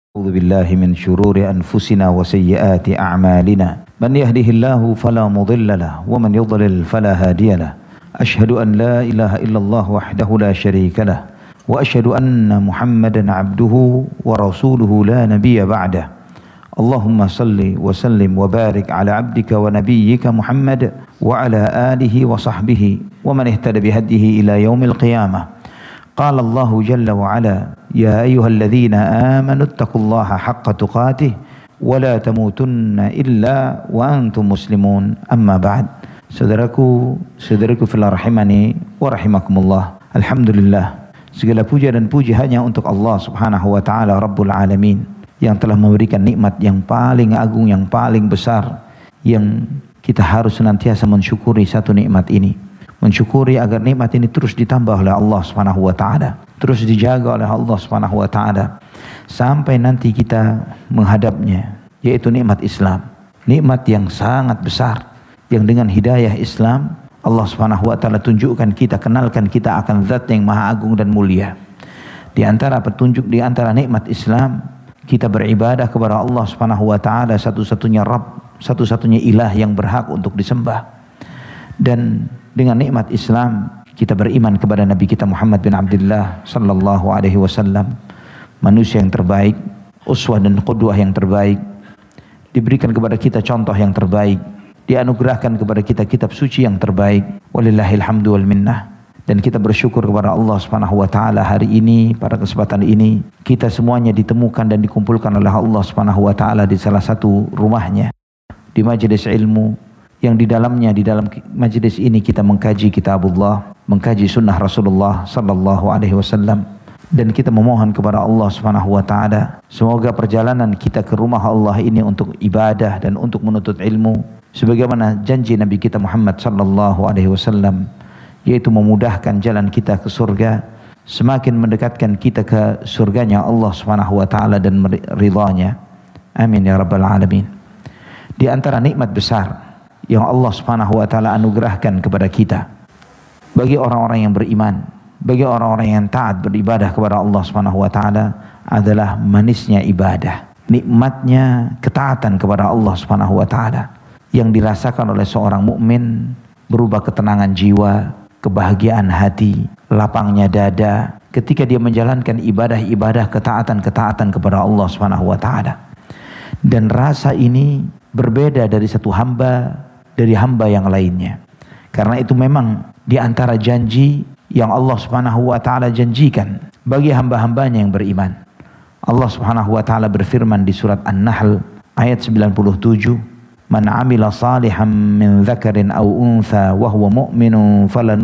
أعوذ بالله من شرور أنفسنا وسيئات أعمالنا من يهده الله فلا مضل له ومن يضلل فلا هادي له أشهد أن لا إله إلا الله وحده لا شريك له وأشهد أن محمدا عبده ورسوله لا نبي بعده اللهم صل وسلم وبارك على عبدك ونبيك محمد وعلى آله وصحبه ومن اهتدى بهديه إلى يوم القيامة. قال الله جل وعلا يا أيها الذين آمنوا اتقوا الله حق تقاته ولا تموتن إلا وأنتم مسلمون أما بعد. Saudaraku fillah rahimani wa rahimakumullah. Alhamdulillah, segala puja dan puji hanya untuk Allah subhanahu wa ta'ala Rabbul Alamin, yang telah memberikan nikmat yang paling agung, yang paling besar, yang kita harus senantiasa mensyukuri satu nikmat ini. Mensyukuri agar nikmat ini terus ditambah oleh Allah Subhanahu wa taala, terus dijaga oleh Allah Subhanahu wa taala sampai nanti kita menghadapnya, yaitu nikmat Islam. Nikmat yang sangat besar, yang dengan hidayah Islam Allah Subhanahu wa taala tunjukkan kita, kenalkan kita akan zat yang maha agung dan mulia. Di antara petunjuk, di antara nikmat Islam, kita beribadah kepada Allah Subhanahu wa taala, satu-satunya Rabb, satu-satunya ilah yang berhak untuk disembah. Dan dengan nikmat Islam kita beriman kepada Nabi kita Muhammad bin Abdullah sallallahu alaihi wasallam, manusia yang terbaik, uswah dan qudwah yang terbaik, diberikan kepada kita contoh yang terbaik, dianugerahkan kepada kita kitab suci yang terbaik. Walillahil hamdu wal minnah. Dan kita bersyukur kepada Allah Subhanahu wa taala hari ini, pada kesempatan ini kita semuanya ditemukan dan dikumpulkan oleh Allah Subhanahu wa taala di salah satu rumahnya, di majelis ilmu yang di dalam majelis ini kita mengkaji kitabullah, mengkaji sunnah Rasulullah sallallahu alaihi wasallam, dan kita memohon kepada Allah Subhanahu wa taala semoga perjalanan kita ke rumah Allah ini untuk ibadah dan untuk menuntut ilmu sebagaimana janji Nabi kita Muhammad sallallahu alaihi wasallam, yaitu memudahkan jalan kita ke surga, semakin mendekatkan kita ke surganya Allah Subhanahu wa taala dan ridhanya. Amin ya rabbal alamin. Di antara nikmat besar yang Allah Subhanahu wa taala anugerahkan kepada kita, bagi orang-orang yang beriman, bagi orang-orang yang taat beribadah kepada Allah Subhanahu wa taala, adalah manisnya ibadah, nikmatnya ketaatan kepada Allah Subhanahu wa taala yang dirasakan oleh seorang mukmin, berupa ketenangan jiwa, kebahagiaan hati, lapangnya dada ketika dia menjalankan ibadah-ibadah, ketaatan-ketaatan kepada Allah Subhanahu wa taala. Dan rasa ini berbeda dari satu hamba dari hamba yang lainnya. Karena itu memang di antara janji yang Allah Subhanahu wa taala janjikan bagi hamba-hambanya yang beriman. Allah Subhanahu wa taala berfirman di surat An-Nahl ayat 97, "Man 'amila salihan min dzakarin aw untha wa huwa mu'minun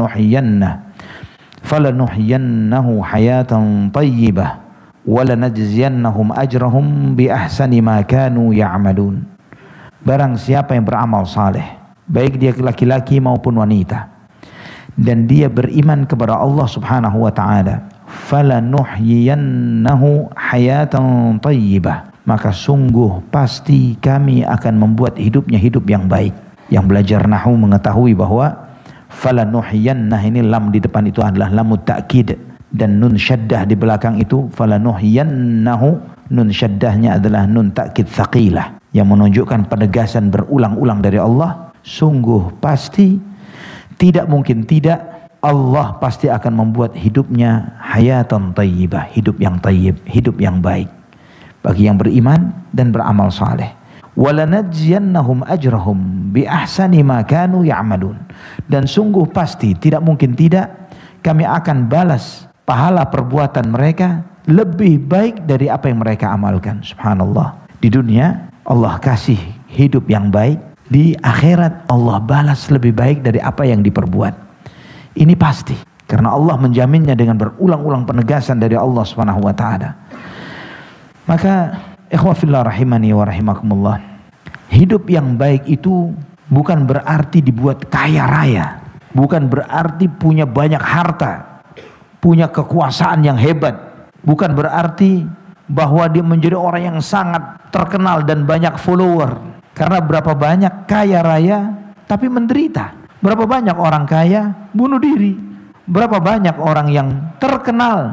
falanuhyiyannahu hayatan thayyibah wa lanajziyannahum ajrahum bi ahsani ma kanu ya'malun." Barang siapa yang beramal saleh, baik dia laki-laki maupun wanita, dan dia beriman kepada Allah Subhanahu wa taala, falanuhyiyannahu hayatan thayyibah, maka sungguh pasti kami akan membuat hidupnya hidup yang baik. Yang belajar nahwu mengetahui bahwa falanuhyiyannah ini lam di depan itu adalah lamut ta'kid, dan nun syaddah di belakang itu falanuhyiyannahu, nun syaddahnya adalah nun ta'kid tsaqilah, yang menunjukkan penegasan berulang-ulang dari Allah. Sungguh pasti, tidak mungkin tidak, Allah pasti akan membuat hidupnya hayatan thayyibah, hidup yang thayyib, hidup yang baik bagi yang beriman dan beramal saleh. Walanajziyannahum ajrahum bi ahsani ma kanu ya'malun, dan sungguh pasti, tidak mungkin tidak, kami akan balas pahala perbuatan mereka lebih baik dari apa yang mereka amalkan. Subhanallah. Di dunia Allah kasih hidup yang baik, di akhirat Allah balas lebih baik dari apa yang diperbuat. Ini pasti, karena Allah menjaminnya dengan berulang-ulang penegasan dari Allah Subhanahu wa taala. Maka ikhwah fillah rahimani wa rahimakumullah, hidup yang baik itu bukan berarti dibuat kaya raya, bukan berarti punya banyak harta, punya kekuasaan yang hebat, bukan berarti bahwa dia menjadi orang yang sangat terkenal dan banyak follower. Karena berapa banyak kaya raya tapi menderita, berapa banyak orang kaya bunuh diri, berapa banyak orang yang terkenal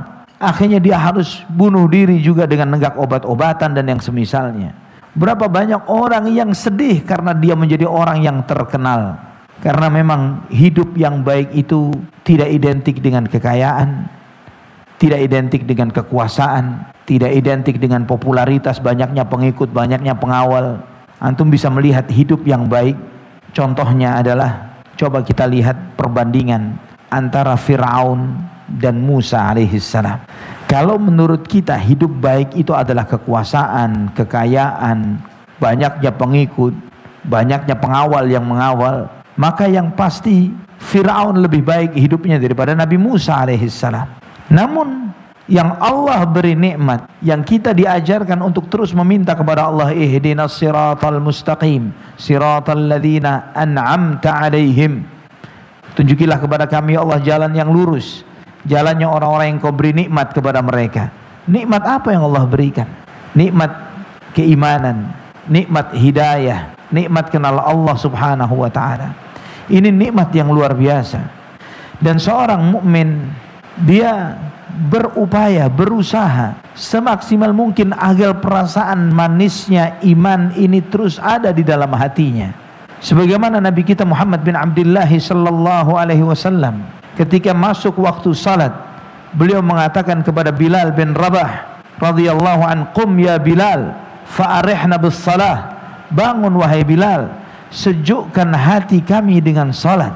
Akhirnya dia harus bunuh diri juga dengan nenggak obat-obatan dan yang semisalnya. Berapa banyak orang yang sedih karena dia menjadi orang yang terkenal. Karena memang hidup yang baik itu tidak identik dengan kekayaan, tidak identik dengan kekuasaan, tidak identik dengan popularitas, banyaknya pengikut, banyaknya pengawal. Antum bisa melihat hidup yang baik. Contohnya adalah, coba kita lihat perbandingan antara Fir'aun dan Musa alaihissalam. Kalau menurut kita hidup baik itu adalah kekuasaan, kekayaan, banyaknya pengikut, banyaknya pengawal yang mengawal, maka yang pasti Fir'aun lebih baik hidupnya daripada Nabi Musa alaihissalam. Namun yang Allah beri nikmat, yang kita diajarkan untuk terus meminta kepada Allah, ihdinas siratal mustaqim, siratal ladzina an'amta alaihim. Tunjukilah kepada kami Allah jalan yang lurus, jalannya orang-orang yang kau beri nikmat kepada mereka. Nikmat apa yang Allah berikan? Nikmat keimanan, nikmat hidayah, nikmat kenal Allah subhanahu wa ta'ala. Ini nikmat yang luar biasa. Dan seorang mukmin, dia berupaya, berusaha semaksimal mungkin agar perasaan manisnya iman ini terus ada di dalam hatinya. Sebagaimana Nabi kita Muhammad bin Abdullah sallallahu alaihi wasallam ketika masuk waktu salat, beliau mengatakan kepada Bilal bin Rabah radhiyallahu an, "Qum ya Bilal, fa'arihna bis salah." Bangun wahai Bilal, sejukkan hati kami dengan salat.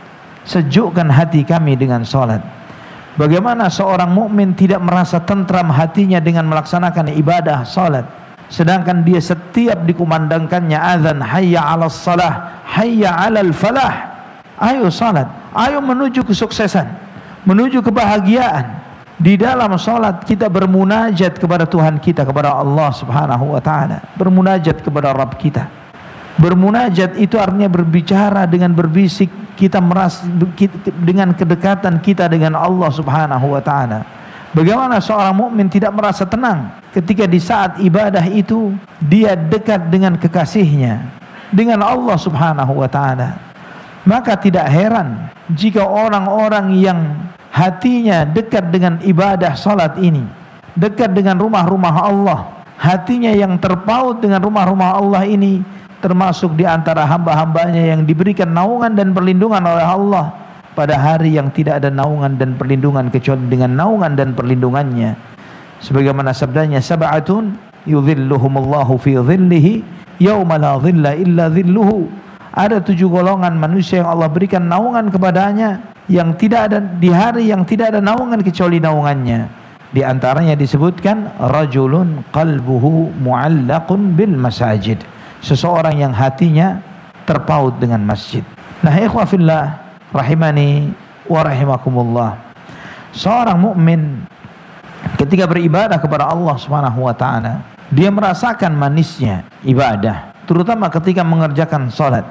Sejukkan hati kami dengan salat. Bagaimana seorang mukmin tidak merasa tentram hatinya dengan melaksanakan ibadah salat, sedangkan dia setiap dikumandangkannya azan, hayya 'alas salah, hayya 'alal falah. Ayo salat, ayo menuju kesuksesan, menuju kebahagiaan. Di dalam salat kita bermunajat kepada Tuhan kita, kepada Allah subhanahu wa ta'ala, bermunajat kepada Rabb kita. Bermunajat itu artinya berbicara dengan berbisik, kita merasa dengan kedekatan kita dengan Allah subhanahu wa ta'ala. Bagaimana seorang mukmin tidak merasa tenang ketika di saat ibadah itu dia dekat dengan kekasihnya, dengan Allah subhanahu wa ta'ala. Maka tidak heran jika orang-orang yang hatinya dekat dengan ibadah salat ini, dekat dengan rumah-rumah Allah, hatinya yang terpaut dengan rumah-rumah Allah ini, termasuk di antara hamba-hambanya yang diberikan naungan dan perlindungan oleh Allah pada hari yang tidak ada naungan dan perlindungan kecuali dengan naungan dan perlindungannya. Sebagaimana sabdanya, sab'atun yudhilluhumullahu fi dhillihi yauma la dhilla illa dhilluhu. Ada 7 golongan manusia yang Allah berikan naungan kepadanya yang tidak ada di hari yang tidak ada naungan kecuali naungannya. Di antaranya disebutkan rajulun qalbuhu mu'allaqun bil masajid, seseorang yang hatinya terpaut dengan masjid. Nah, ikhwah fillah rahimani wa rahimakumullah, seorang mukmin ketika beribadah kepada Allah Subhanahu wa taala, dia merasakan manisnya ibadah, terutama ketika mengerjakan salat.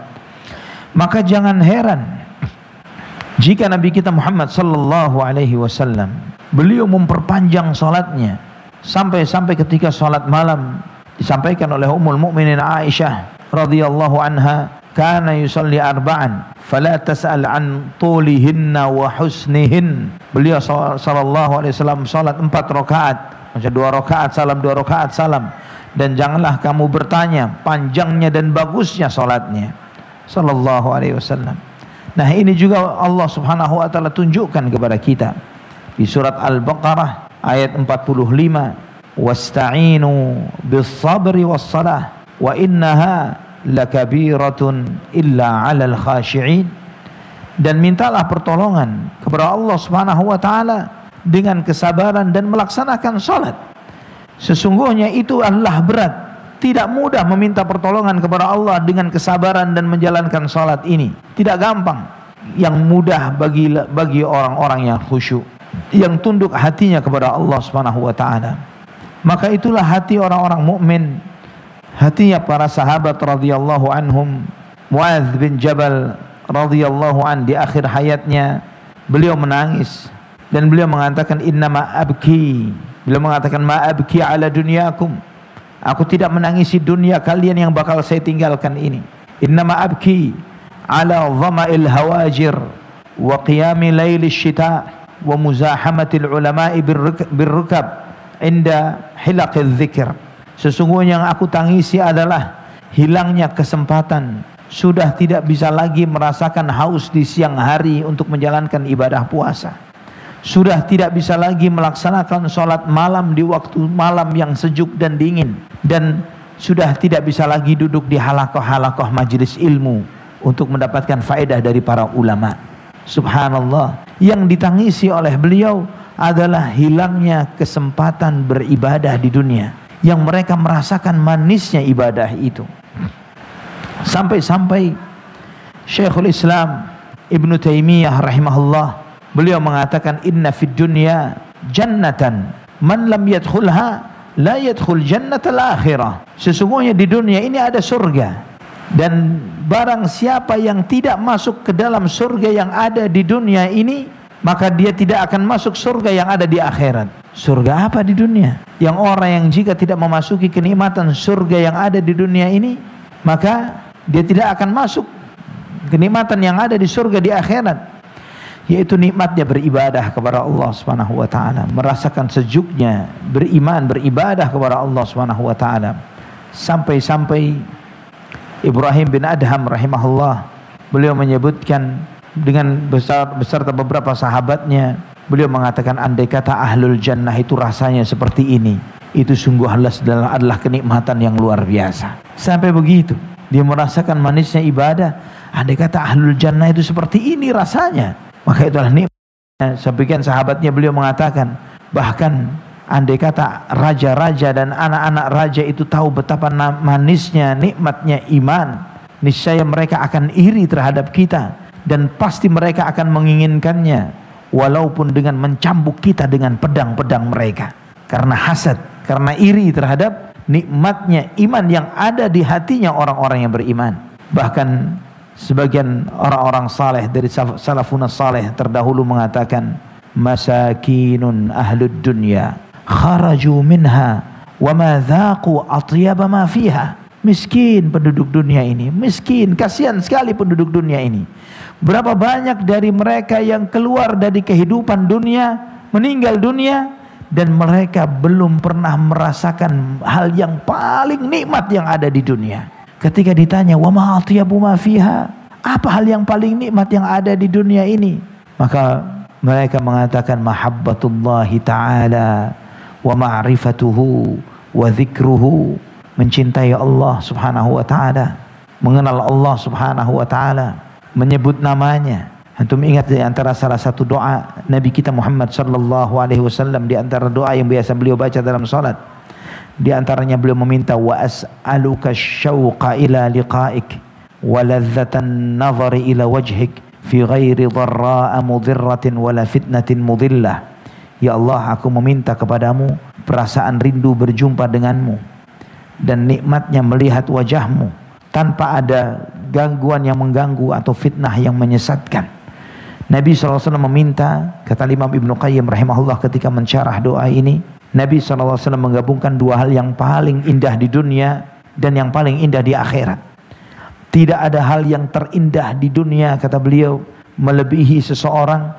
Maka jangan heran jika Nabi kita Muhammad sallallahu alaihi wasallam beliau memperpanjang salatnya sampai ketika salat malam disampaikan oleh Ummul Mukminin Aisyah radhiyallahu anha, kana yusalli arba'an fala tas'al an tulihinna wa husnihin. Beliau sallallahu alaihi wasallam salat 4 rakaat, macam 2 rakaat salam, 2 rakaat salam, dan janganlah kamu bertanya panjangnya dan bagusnya salatnya, sallallahu alaihi wasallam. Nah, ini juga Allah Subhanahu wa taala tunjukkan kepada kita di surat Al-Baqarah ayat 45, wasta'inu bis-sabri was-salah wa innaha lakabiratun illa 'alal khashi'in. Dan mintalah pertolongan kepada Allah Subhanahu wa taala dengan kesabaran dan melaksanakan salat. Sesungguhnya itu adalah berat, tidak mudah meminta pertolongan kepada Allah dengan kesabaran dan menjalankan salat ini. Tidak gampang. Yang mudah bagi orang-orang yang khusyuk, yang tunduk hatinya kepada Allah Subhanahu wa taala. Maka itulah hati orang-orang mukmin, hatinya para sahabat radhiyallahu anhum. Muadz bin Jabal radhiyallahu an, di akhir hayatnya beliau menangis dan beliau mengatakan innama abki, beliau mengatakan ma abki ala dunyakum, aku tidak menangisi dunia kalian yang bakal saya tinggalkan ini. Innama abki ala dhama'il hawajir wa qiyami lail syita wa muzahamatil ulama'i birrukab inda hilaqidz dzikr. Sesungguhnya yang aku tangisi adalah hilangnya kesempatan, sudah tidak bisa lagi merasakan haus di siang hari untuk menjalankan ibadah puasa, sudah tidak bisa lagi melaksanakan sholat malam di waktu malam yang sejuk dan dingin, dan sudah tidak bisa lagi duduk di halakoh-halakoh majelis ilmu untuk mendapatkan faedah dari para ulama. Subhanallah, yang ditangisi oleh beliau adalah hilangnya kesempatan beribadah di dunia, yang mereka merasakan manisnya ibadah itu. Sampai-sampai Syekhul Islam Ibnu Taimiyah rahimahullah, beliau mengatakan inna fid dunya jannatan man lam yadkhulha la yadkhul jannatal akhirah. Sesungguhnya di dunia ini ada surga, dan barang siapa yang tidak masuk ke dalam surga yang ada di dunia ini, maka dia tidak akan masuk surga yang ada di akhirat. Surga apa di dunia? Yang orang yang jika tidak memasuki kenikmatan surga yang ada di dunia ini, maka dia tidak akan masuk kenikmatan yang ada di surga di akhirat, yaitu nikmatnya beribadah kepada Allah Subhanahu wa taala, merasakan sejuknya beriman, beribadah kepada Allah Subhanahu wa taala. Sampai-sampai Ibrahim bin Adham rahimahullah, beliau menyebutkan dengan beserta beberapa sahabatnya, beliau mengatakan andai kata ahlul jannah itu rasanya seperti ini, itu sungguh adalah kenikmatan yang luar biasa. Sampai begitu dia merasakan manisnya ibadah. Andai kata ahlul jannah itu seperti ini rasanya, maka itulah nikmatnya. Sebagian sahabatnya beliau mengatakan, bahkan andai kata raja-raja dan anak-anak raja itu tahu betapa manisnya, nikmatnya iman, niscaya mereka akan iri terhadap kita, dan pasti mereka akan menginginkannya, walaupun dengan mencambuk kita dengan pedang-pedang mereka, karena hasad, karena iri terhadap nikmatnya iman yang ada di hatinya orang-orang yang beriman. Bahkan sebagian orang-orang saleh dari salafun saleh terdahulu mengatakan, masakinun ahlud dunya kharaju minha wa ma dhaqu atyaba ma fiha. Miskin penduduk dunia ini, miskin, kasihan sekali penduduk dunia ini. Berapa banyak dari mereka yang keluar dari kehidupan dunia, meninggal dunia, dan mereka belum pernah merasakan hal yang paling nikmat yang ada di dunia. Ketika ditanya, wa ma atyabu ma fiha, apa hal yang paling nikmat yang ada di dunia ini? Maka mereka mengatakan mahabbatullahi ta'ala wa ma'rifatuhu wa dzikruhu, mencintai Allah subhanahu wa ta'ala, mengenal Allah subhanahu wa ta'ala, menyebut namanya. Antum ingat di antara salah satu doa Nabi kita Muhammad sallallahu alaihi wasallam, di antara doa yang biasa beliau baca dalam salat, di antaranya beliau meminta wa as'aluka syauqa ila liqa'ik wa ladzatan nazari ila wajhik fi ghairi dharra'a mudhirratin wala fitnatin mudillah. Ya Allah, aku meminta kepadamu perasaan rindu berjumpa denganmu dan nikmatnya melihat wajahmu tanpa ada gangguan yang mengganggu atau fitnah yang menyesatkan. Nabi SAW meminta, kata Imam Ibnu Qayyim rahimahullah ketika mensyarah doa ini, Nabi SAW menggabungkan dua hal yang paling indah di dunia dan yang paling indah di akhirat. Tidak ada hal yang terindah di dunia, kata beliau, melebihi seseorang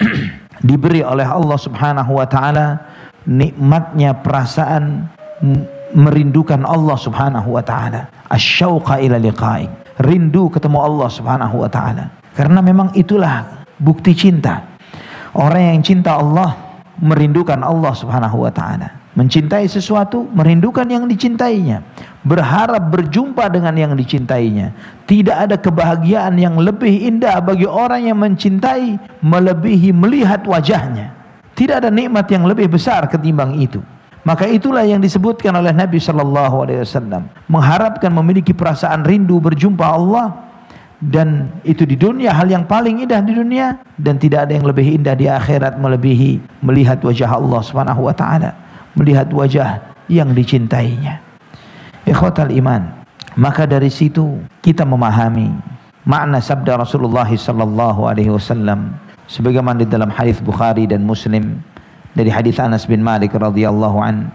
diberi oleh Allah subhanahu wa ta'ala nikmatnya perasaan merindukan Allah subhanahu wa ta'ala. Asyauqa ila liqa'ik, rindu ketemu Allah subhanahu wa ta'ala. Karena memang itulah bukti cinta. Orang yang cinta Allah merindukan Allah subhanahu wa ta'ala. Mencintai sesuatu, merindukan yang dicintainya, berharap berjumpa dengan yang dicintainya. Tidak ada kebahagiaan yang lebih indah bagi orang yang mencintai melebihi melihat wajahnya. Tidak ada nikmat yang lebih besar ketimbang itu. Maka itulah yang disebutkan oleh Nabi SAW, mengharapkan memiliki perasaan rindu berjumpa Allah. Dan itu di dunia hal yang paling indah di dunia, dan tidak ada yang lebih indah di akhirat melebihi melihat wajah Allah subhanahu wa ta'ala, melihat wajah yang dicintainya. Ikhwatal iman, maka dari situ kita memahami makna sabda Rasulullah sallallahu alaihi wasallam sebagaimana di dalam hadis Bukhari dan Muslim dari hadis Anas bin Malik radhiyallahu an,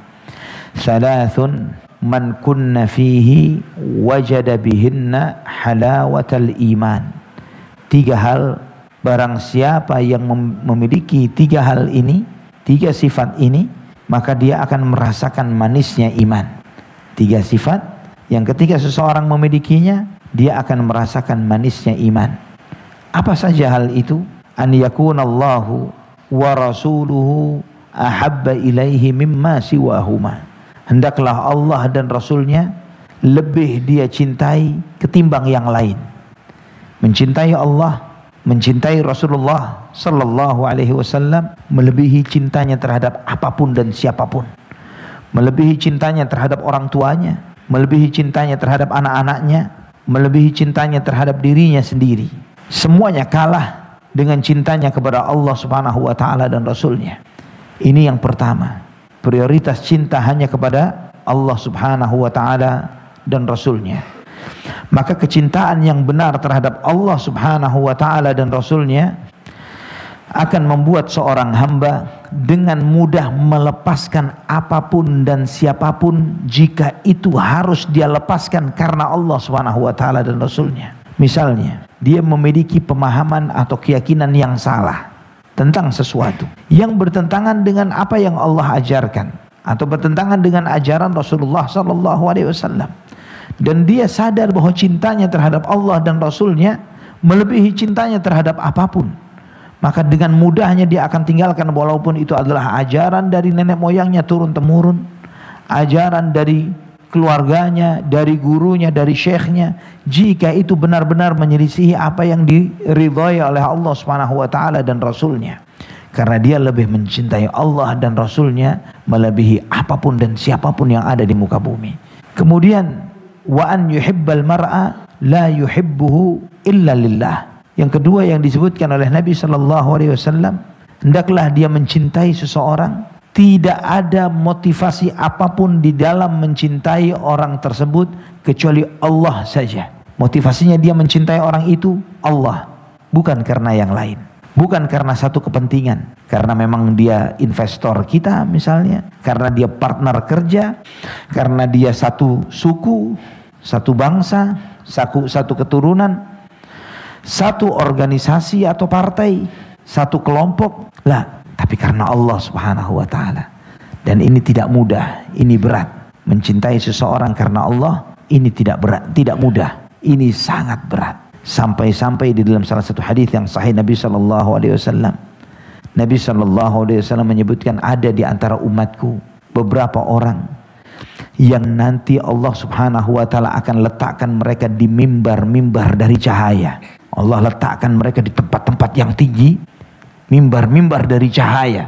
"Thalathun man kunna fihi wajada bihinna halawatal iman." Tiga hal Barang siapa yang memiliki 3 hal ini, 3 sifat ini, maka dia akan merasakan manisnya iman. 3 sifat yang ketika seseorang memilikinya, dia akan merasakan manisnya iman. Apa saja hal itu? An yakunallahu wa rasuluhu ahabba ilaihi mimma siwahuma. Hendaklah Allah dan Rasulnya lebih dia cintai ketimbang yang lain. Mencintai Allah, mencintai Rasulullah sallallahu alaihi wasallam melebihi cintanya terhadap apapun dan siapapun. Melebihi cintanya terhadap orang tuanya, melebihi cintanya terhadap anak-anaknya, melebihi cintanya terhadap dirinya sendiri. Semuanya kalah dengan cintanya kepada Allah Subhanahu wa taala dan Rasulnya. Ini yang pertama. Prioritas cinta hanya kepada Allah Subhanahu wa taala dan Rasulnya. Maka kecintaan yang benar terhadap Allah Subhanahu wa taala dan Rasulnya akan membuat seorang hamba dengan mudah melepaskan apapun dan siapapun jika itu harus dia lepaskan karena Allah Subhanahu wa taala dan Rasulnya. Misalnya, dia memiliki pemahaman atau keyakinan yang salah tentang sesuatu yang bertentangan dengan apa yang Allah ajarkan atau bertentangan dengan ajaran Rasulullah sallallahu alaihi wasallam. Dan dia sadar bahwa cintanya terhadap Allah dan Rasulnya melebihi cintanya terhadap apapun. Maka dengan mudahnya dia akan tinggalkan walaupun itu adalah ajaran dari nenek moyangnya turun-temurun, ajaran dari keluarganya, dari gurunya, dari syekhnya, jika itu benar-benar menyelisihi apa yang diridhai oleh Allah Subhanahu wa taala dan Rasulnya. Karena dia lebih mencintai Allah dan Rasulnya melebihi apapun dan siapapun yang ada di muka bumi. Kemudian wa an yuhibbal mar'a la yuhibbuhu illa lillah. Yang kedua yang disebutkan oleh Nabi sallallahu alaihi wasallam, hendaklah dia mencintai seseorang, tidak ada motivasi apapun di dalam mencintai orang tersebut kecuali Allah saja. Motivasinya dia mencintai orang itu Allah, bukan karena yang lain, bukan karena satu kepentingan, karena memang dia investor kita misalnya, karena dia partner kerja, karena dia satu suku, satu bangsa, satu keturunan, satu organisasi atau partai, satu kelompok, lah, tapi karena Allah Subhanahu wa taala. Dan ini tidak mudah, ini berat. Mencintai seseorang karena Allah ini tidak berat, tidak mudah. Ini sangat berat. Sampai-sampai di dalam salah satu hadis yang sahih Nabi sallallahu alaihi wasallam, Nabi sallallahu alaihi wasallam menyebutkan ada di antara umatku beberapa orang yang nanti Allah Subhanahu wa taala akan letakkan mereka di mimbar-mimbar dari cahaya. Allah letakkan mereka di tempat-tempat yang tinggi, mimbar-mimbar dari cahaya.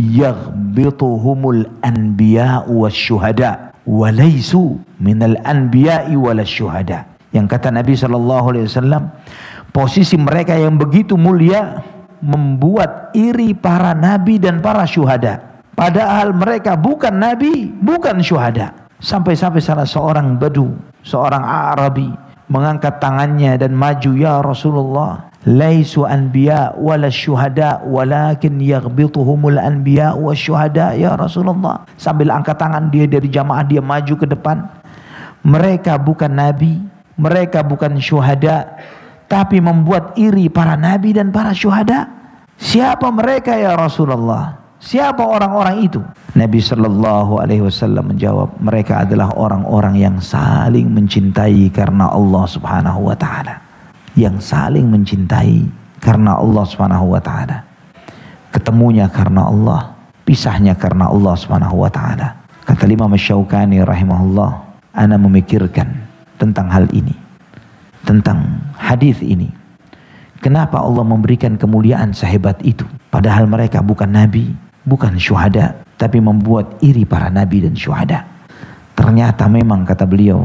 Yaghbituhumul anbiya'u wasyuhada wa laysu minal anbiya'i walasyuhada. Yang kata Nabi sallallahu alaihi wasallam, posisi mereka yang begitu mulia membuat iri para nabi dan para syuhada. Padahal mereka bukan nabi, bukan syuhada. Sampai-sampai salah seorang badu, seorang Arabi mengangkat tangannya dan maju, ya Rasulullah, laisu anbiya wala syuhada walakin yaghbituhumul anbiya wasyuhada ya Rasulullah. Sambil angkat tangan dia dari jamaah, dia maju ke depan. Mereka bukan nabi, mereka bukan syuhada, tapi membuat iri para nabi dan para syuhada. Siapa mereka ya Rasulullah? Siapa orang-orang itu? Nabi sallallahu alaihi wasallam menjawab, mereka adalah orang-orang yang saling mencintai karena Allah Subhanahu wa taala. Yang saling mencintai karena Allah Subhanahu wa taala. Ketemunya karena Allah, pisahnya karena Allah Subhanahu wa taala. Kata Imam Syaukani rahimahullah, ana memikirkan tentang hal ini, tentang hadis ini. Kenapa Allah memberikan kemuliaan sehebat itu? Padahal mereka bukan nabi, bukan syuhada, tapi membuat iri para nabi dan syuhada. Ternyata memang kata beliau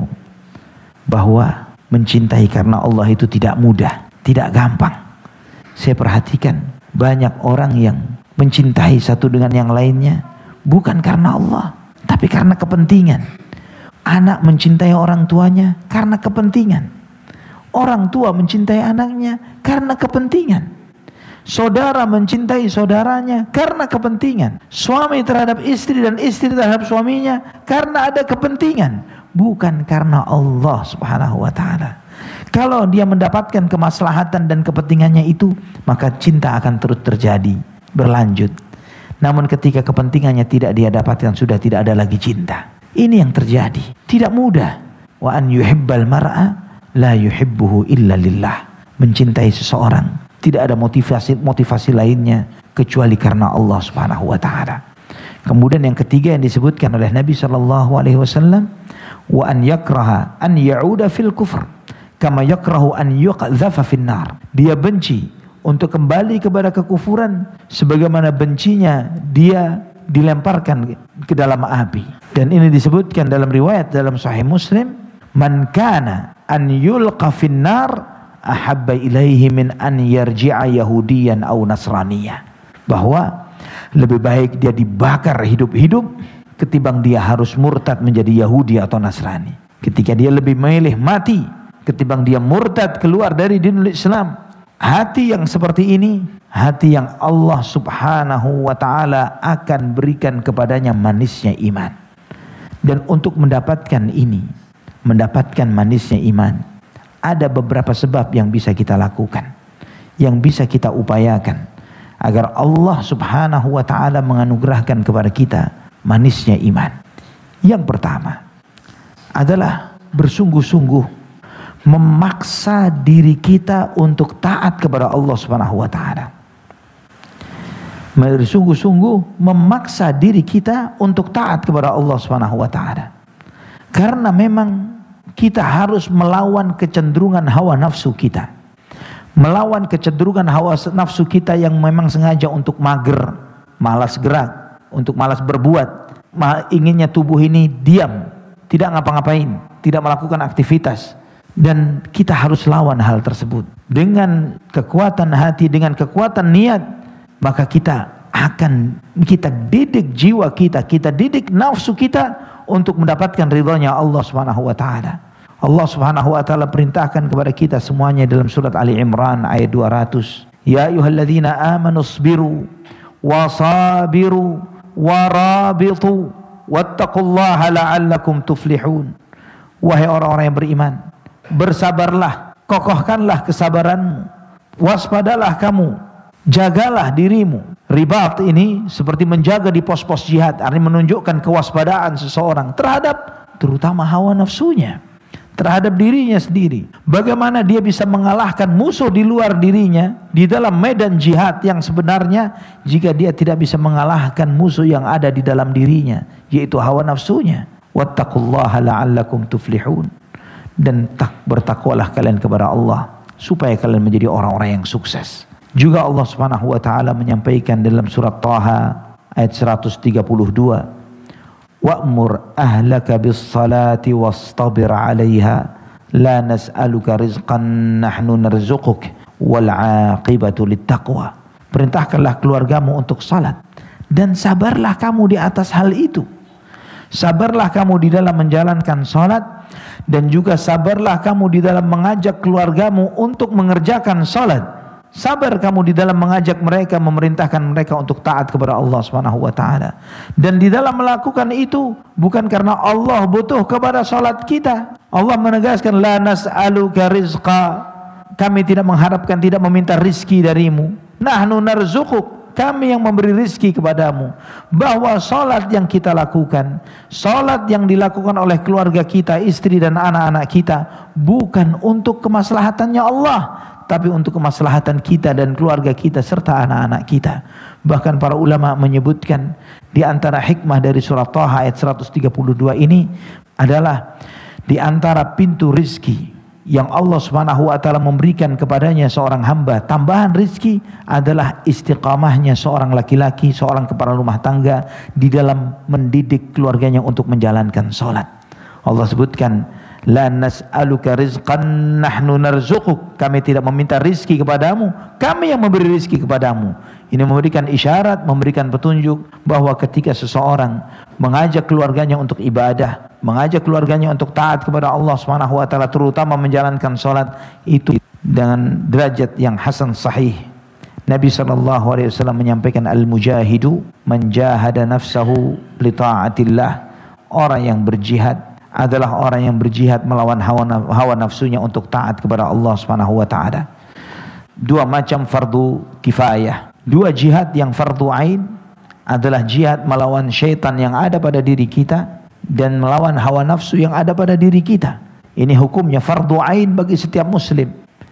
bahwa mencintai karena Allah itu tidak mudah, tidak gampang. Saya perhatikan banyak orang yang mencintai satu dengan yang lainnya bukan karena Allah, tapi karena kepentingan. Anak mencintai orang tuanya karena kepentingan. Orang tua mencintai anaknya karena kepentingan. Saudara mencintai saudaranya karena kepentingan. Suami terhadap istri dan istri terhadap suaminya karena ada kepentingan, bukan karena Allah Subhanahu wa taala. Kalau dia mendapatkan kemaslahatan dan kepentingannya itu, maka cinta akan terus terjadi, berlanjut. Namun ketika kepentingannya tidak dia dapatkan, sudah tidak ada lagi cinta. Ini yang terjadi. Tidak mudah. Wa an yuhibbal mar'a la yuhibbuhu illa lillah. Mencintai seseorang tidak ada motivasi lainnya kecuali karena Allah Subhanahu wa taala. Kemudian yang ketiga yang disebutkan oleh Nabi sallallahu alaihi wasallam, wa an yakraha an ya'uda fil kufr kama yakrahu an yuqdhafa fin nar. Dia benci untuk kembali kepada kekufuran sebagaimana bencinya dia dilemparkan ke dalam api. Dan ini disebutkan dalam riwayat dalam Sahih Muslim, man kana an yulqa fin nar ahabba ilaihi min an yarji'a yahudiyan aw nasraniyah. Bahwa lebih baik dia dibakar hidup-hidup ketimbang dia harus murtad menjadi Yahudi atau Nasrani. Ketika dia lebih memilih mati ketimbang dia murtad keluar dari dinul Islam. Hati yang seperti ini, hati yang Allah Subhanahu wa taala akan berikan kepadanya manisnya iman. Dan untuk mendapatkan ini, mendapatkan manisnya iman, ada beberapa sebab yang bisa kita lakukan, yang bisa kita upayakan agar Allah Subhanahu wa taala menganugerahkan kepada kita manisnya iman. Yang pertama adalah bersungguh-sungguh memaksa diri kita untuk taat kepada Allah Subhanahu wa taala. Bersungguh-sungguh memaksa diri kita untuk taat kepada Allah Subhanahu wa taala. Karena memang kita harus melawan kecenderungan hawa nafsu kita. Melawan kecenderungan hawa nafsu kita yang memang sengaja untuk mager, malas gerak, untuk malas berbuat, inginnya tubuh ini diam, tidak ngapa-ngapain, tidak melakukan aktivitas. Dan kita harus lawan hal tersebut dengan kekuatan hati, dengan kekuatan niat. Maka kita didik jiwa kita, kita didik nafsu kita untuk mendapatkan ridhonya Allah Subhanahu wa taala. Allah Subhanahu wa taala perintahkan kepada kita semuanya dalam surat Ali Imran ayat 200. Ya ayyuhalladzina amanu isbiru wasabiru warabitu wattaqullaha la'allakum tuflihun. Wahai orang-orang yang beriman, bersabarlah, kokohkanlah kesabaranmu, waspadalah kamu, jagalah dirimu. Ribat ini seperti menjaga di pos-pos jihad, artinya menunjukkan kewaspadaan seseorang terhadap terutama hawa nafsunya, terhadap dirinya sendiri. Bagaimana dia bisa mengalahkan musuh di luar dirinya di dalam medan jihad yang sebenarnya, jika dia tidak bisa mengalahkan musuh yang ada di dalam dirinya, yaitu hawa nafsunya. Wattaqullaha la'allakum tuflihun. Dan bertakwalah kalian kepada Allah supaya kalian menjadi orang-orang yang sukses. Juga Allah Subhanahu wa taala menyampaikan dalam surat Taha ayat 132, wa'mur ahlaka bis-salati wastabir 'alaiha la nas'aluka rizqan nahnu narzuquk wal 'aqibatu lit-taqwa. Perintahkanlah keluargamu untuk salat dan sabarlah kamu di atas hal itu. Sabarlah kamu di dalam menjalankan salat dan juga sabarlah kamu di dalam mengajak keluargamu untuk mengerjakan salat. Sabar kamu di dalam mengajak mereka, memerintahkan mereka untuk taat kepada Allah Subhanahu wa taala. Dan di dalam melakukan itu bukan karena Allah butuh kepada salat kita. Allah menegaskan la nas'aluka rizqa. Kami tidak mengharapkan, tidak meminta rizki darimu. Nahnu narzuquk. Kami yang memberi rizki kepadamu. Bahwa salat yang kita lakukan, salat yang dilakukan oleh keluarga kita, istri dan anak-anak kita, bukan untuk kemaslahatannya Allah, tapi untuk kemaslahatan kita dan keluarga kita serta anak-anak kita. Bahkan para ulama menyebutkan di antara hikmah dari surat Taha ayat 132 ini adalah di antara pintu rizki yang Allah Subhanahu wa taala memberikan kepadanya seorang hamba, tambahan rizki adalah istiqamahnya seorang laki-laki, seorang kepala rumah tangga di dalam mendidik keluarganya untuk menjalankan salat. Allah sebutkan la nas'aluka rizqan nahnu narzuquk. Kami tidak meminta rizki kepadamu, kami yang memberi rizki kepadamu. Ini memberikan isyarat, memberikan petunjuk bahwa ketika seseorang mengajak keluarganya untuk ibadah, mengajak keluarganya untuk taat kepada Allah Subhanahu wa taala, terutama menjalankan salat, itu dengan derajat yang hasan sahih. Nabi sallallahu alaihi wasallam menyampaikan al-mujahidu man jahada nafsahu li ta'atillah. Orang yang berjihad adalah orang yang berjihad melawan hawa nafsunya untuk taat kepada Allah Subhanahu wa taala. Dua macam fardu kifayah. Dua jihad yang fardu ain adalah jihad melawan syaitan yang ada pada diri kita dan melawan hawa nafsu yang ada pada diri kita. Ini hukumnya fardu ain bagi setiap muslim.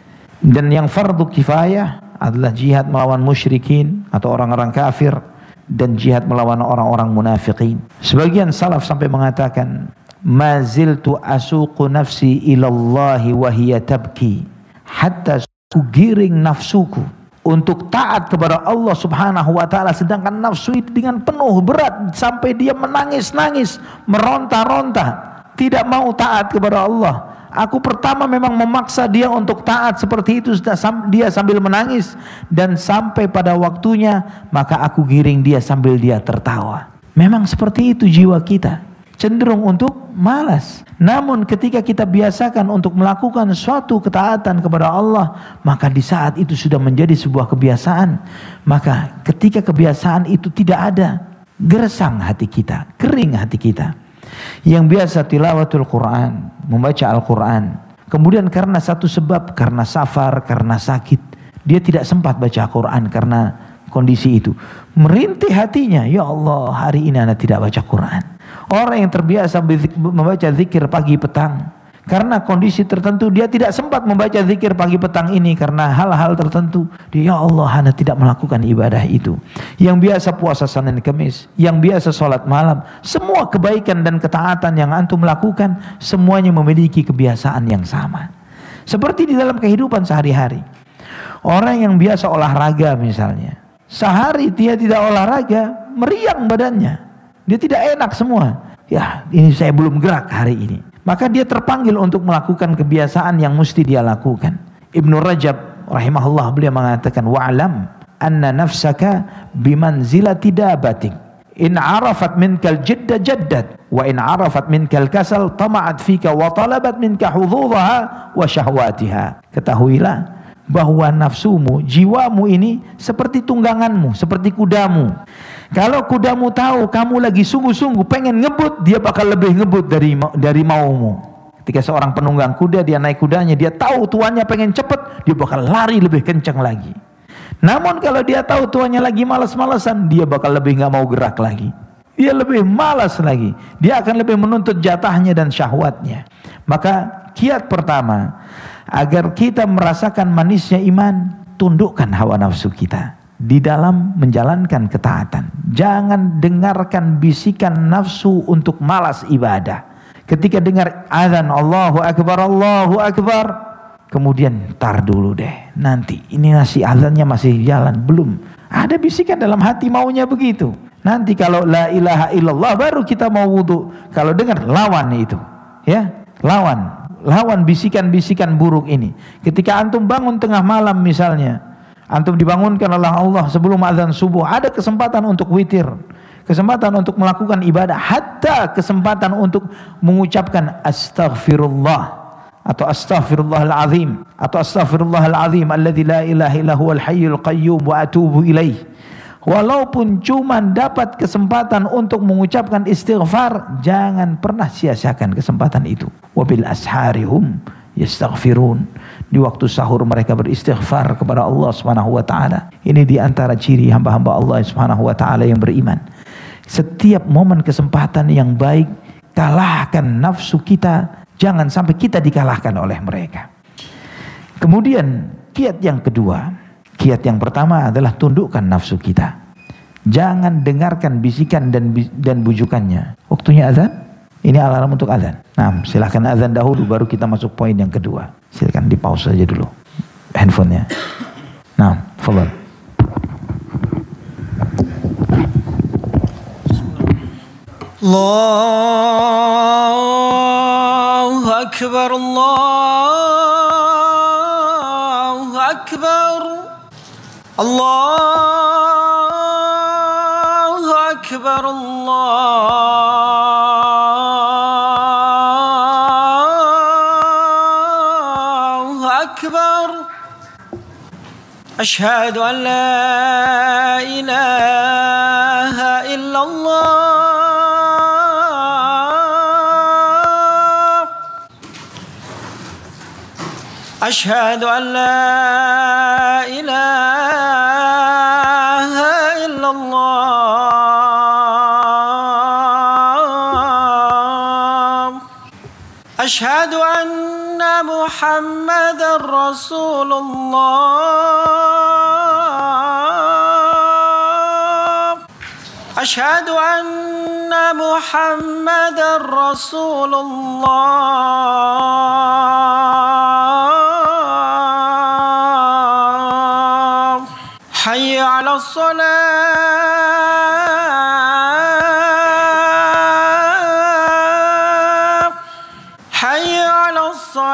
Dan yang fardu kifayah adalah jihad melawan musyrikin atau orang-orang kafir dan jihad melawan orang-orang munafikin. Sebagian salaf sampai mengatakan, ma ziltu asuqu nafsi ilallahi wa hiya tabki, hatta ku giring nafsuku untuk taat kepada Allah Subhanahu wa taala, sedangkan nafsu itu dengan penuh berat sampai dia menangis-nangis, meronta-ronta, tidak mau taat kepada Allah. Aku pertama memang memaksa dia untuk taat seperti itu, dia sambil menangis, dan sampai pada waktunya maka aku giring dia sambil dia tertawa. Memang seperti itu jiwa kita, cenderung untuk malas. Namun ketika kita biasakan untuk melakukan suatu ketaatan kepada Allah, maka di saat itu sudah menjadi sebuah kebiasaan. Maka ketika kebiasaan itu tidak ada, gersang hati kita, kering hati kita. Yang biasa tilawatul Quran, membaca Al-Quran, kemudian karena satu sebab, karena safar, karena sakit, dia tidak sempat baca Quran karena kondisi itu, merintih hatinya, ya Allah hari ini anak tidak baca Quran. Orang yang terbiasa membaca zikir pagi petang, karena kondisi tertentu dia tidak sempat membaca zikir pagi petang ini karena hal-hal tertentu, dia, ya Allah anak tidak melakukan ibadah itu. Yang biasa puasa Senin Kamis, yang biasa sholat malam, semua kebaikan dan ketaatan yang antum lakukan semuanya memiliki kebiasaan yang sama. Seperti di dalam kehidupan sehari-hari, orang yang biasa olahraga misalnya, sehari dia tidak olahraga, meriang badannya, dia tidak enak semua. Ya, ini saya belum gerak hari ini. Maka dia terpanggil untuk melakukan kebiasaan yang mesti dia lakukan. Ibnu Rajab rahimahullah beliau mengatakan, wa'lam anna nafsaka bimanzilati dabatin, in arafat minkal jidda jaddat, wa in arafat minkal kasal tama'at fika wa talabat minka hudhudaha wa syahwatiha. Ketahuilah bahwa nafsumu, jiwamu ini seperti tungganganmu, seperti kudamu. Kalau kudamu tahu kamu lagi sungguh-sungguh pengen ngebut, dia bakal lebih ngebut dari maumu. Ketika seorang penunggang kuda, dia naik kudanya, dia tahu tuannya pengen cepet, dia bakal lari lebih kencang lagi. Namun kalau dia tahu tuannya lagi malas-malasan, dia bakal lebih nggak mau gerak lagi. Dia lebih malas lagi. Dia akan lebih menuntut jatahnya dan syahwatnya. Maka kiat pertama, agar kita merasakan manisnya iman, tundukkan hawa nafsu kita di dalam menjalankan ketaatan. Jangan dengarkan bisikan nafsu untuk malas ibadah. Ketika dengar azan Allahu Akbar, kemudian tar dulu deh, nanti ini masih azannya masih jalan, belum ada bisikan dalam hati maunya begitu. Nanti kalau la ilaha illallah baru kita mau wudu. Kalau dengar, lawan itu, ya, lawan bisikan-bisikan buruk ini. Ketika antum bangun tengah malam misalnya, antum dibangunkan oleh Allah sebelum azan subuh, ada kesempatan untuk witir, kesempatan untuk melakukan ibadah, hatta kesempatan untuk mengucapkan astaghfirullah atau astaghfirullahal azim atau astaghfirullahal azim alladzi la ilaha illa huwal hayyul qayyum wa atubu ilaih. Walaupun cuma dapat kesempatan untuk mengucapkan istighfar, jangan pernah sia-siakan kesempatan itu. Wabil asharihum yastaghfirun. Di waktu sahur mereka beristighfar kepada Allah Subhanahu wa taala. Ini di antara ciri hamba-hamba Allah Subhanahu wa taala yang beriman. Setiap momen kesempatan yang baik, kalahkan nafsu kita, jangan sampai kita dikalahkan oleh mereka. Kemudian kiat yang kedua, kiat yang pertama adalah tundukkan nafsu kita. Jangan dengarkan bisikan dan bujukannya. Waktunya azan. Ini alarm untuk azan. Nah, silahkan azan dahulu baru kita masuk poin yang kedua. Silakan di pause saja dulu handphonenya. Nah, fadhal. Allahu Akbar, Allahu Akbar, Allahu Akbar, Allahu Akbar. Ashhadu an la ilaha illallah. أشهد أن لا إله إلا الله أشهد أن محمدا رسول الله أشهد أن محمدا رسول الله حي على الصلاة حي على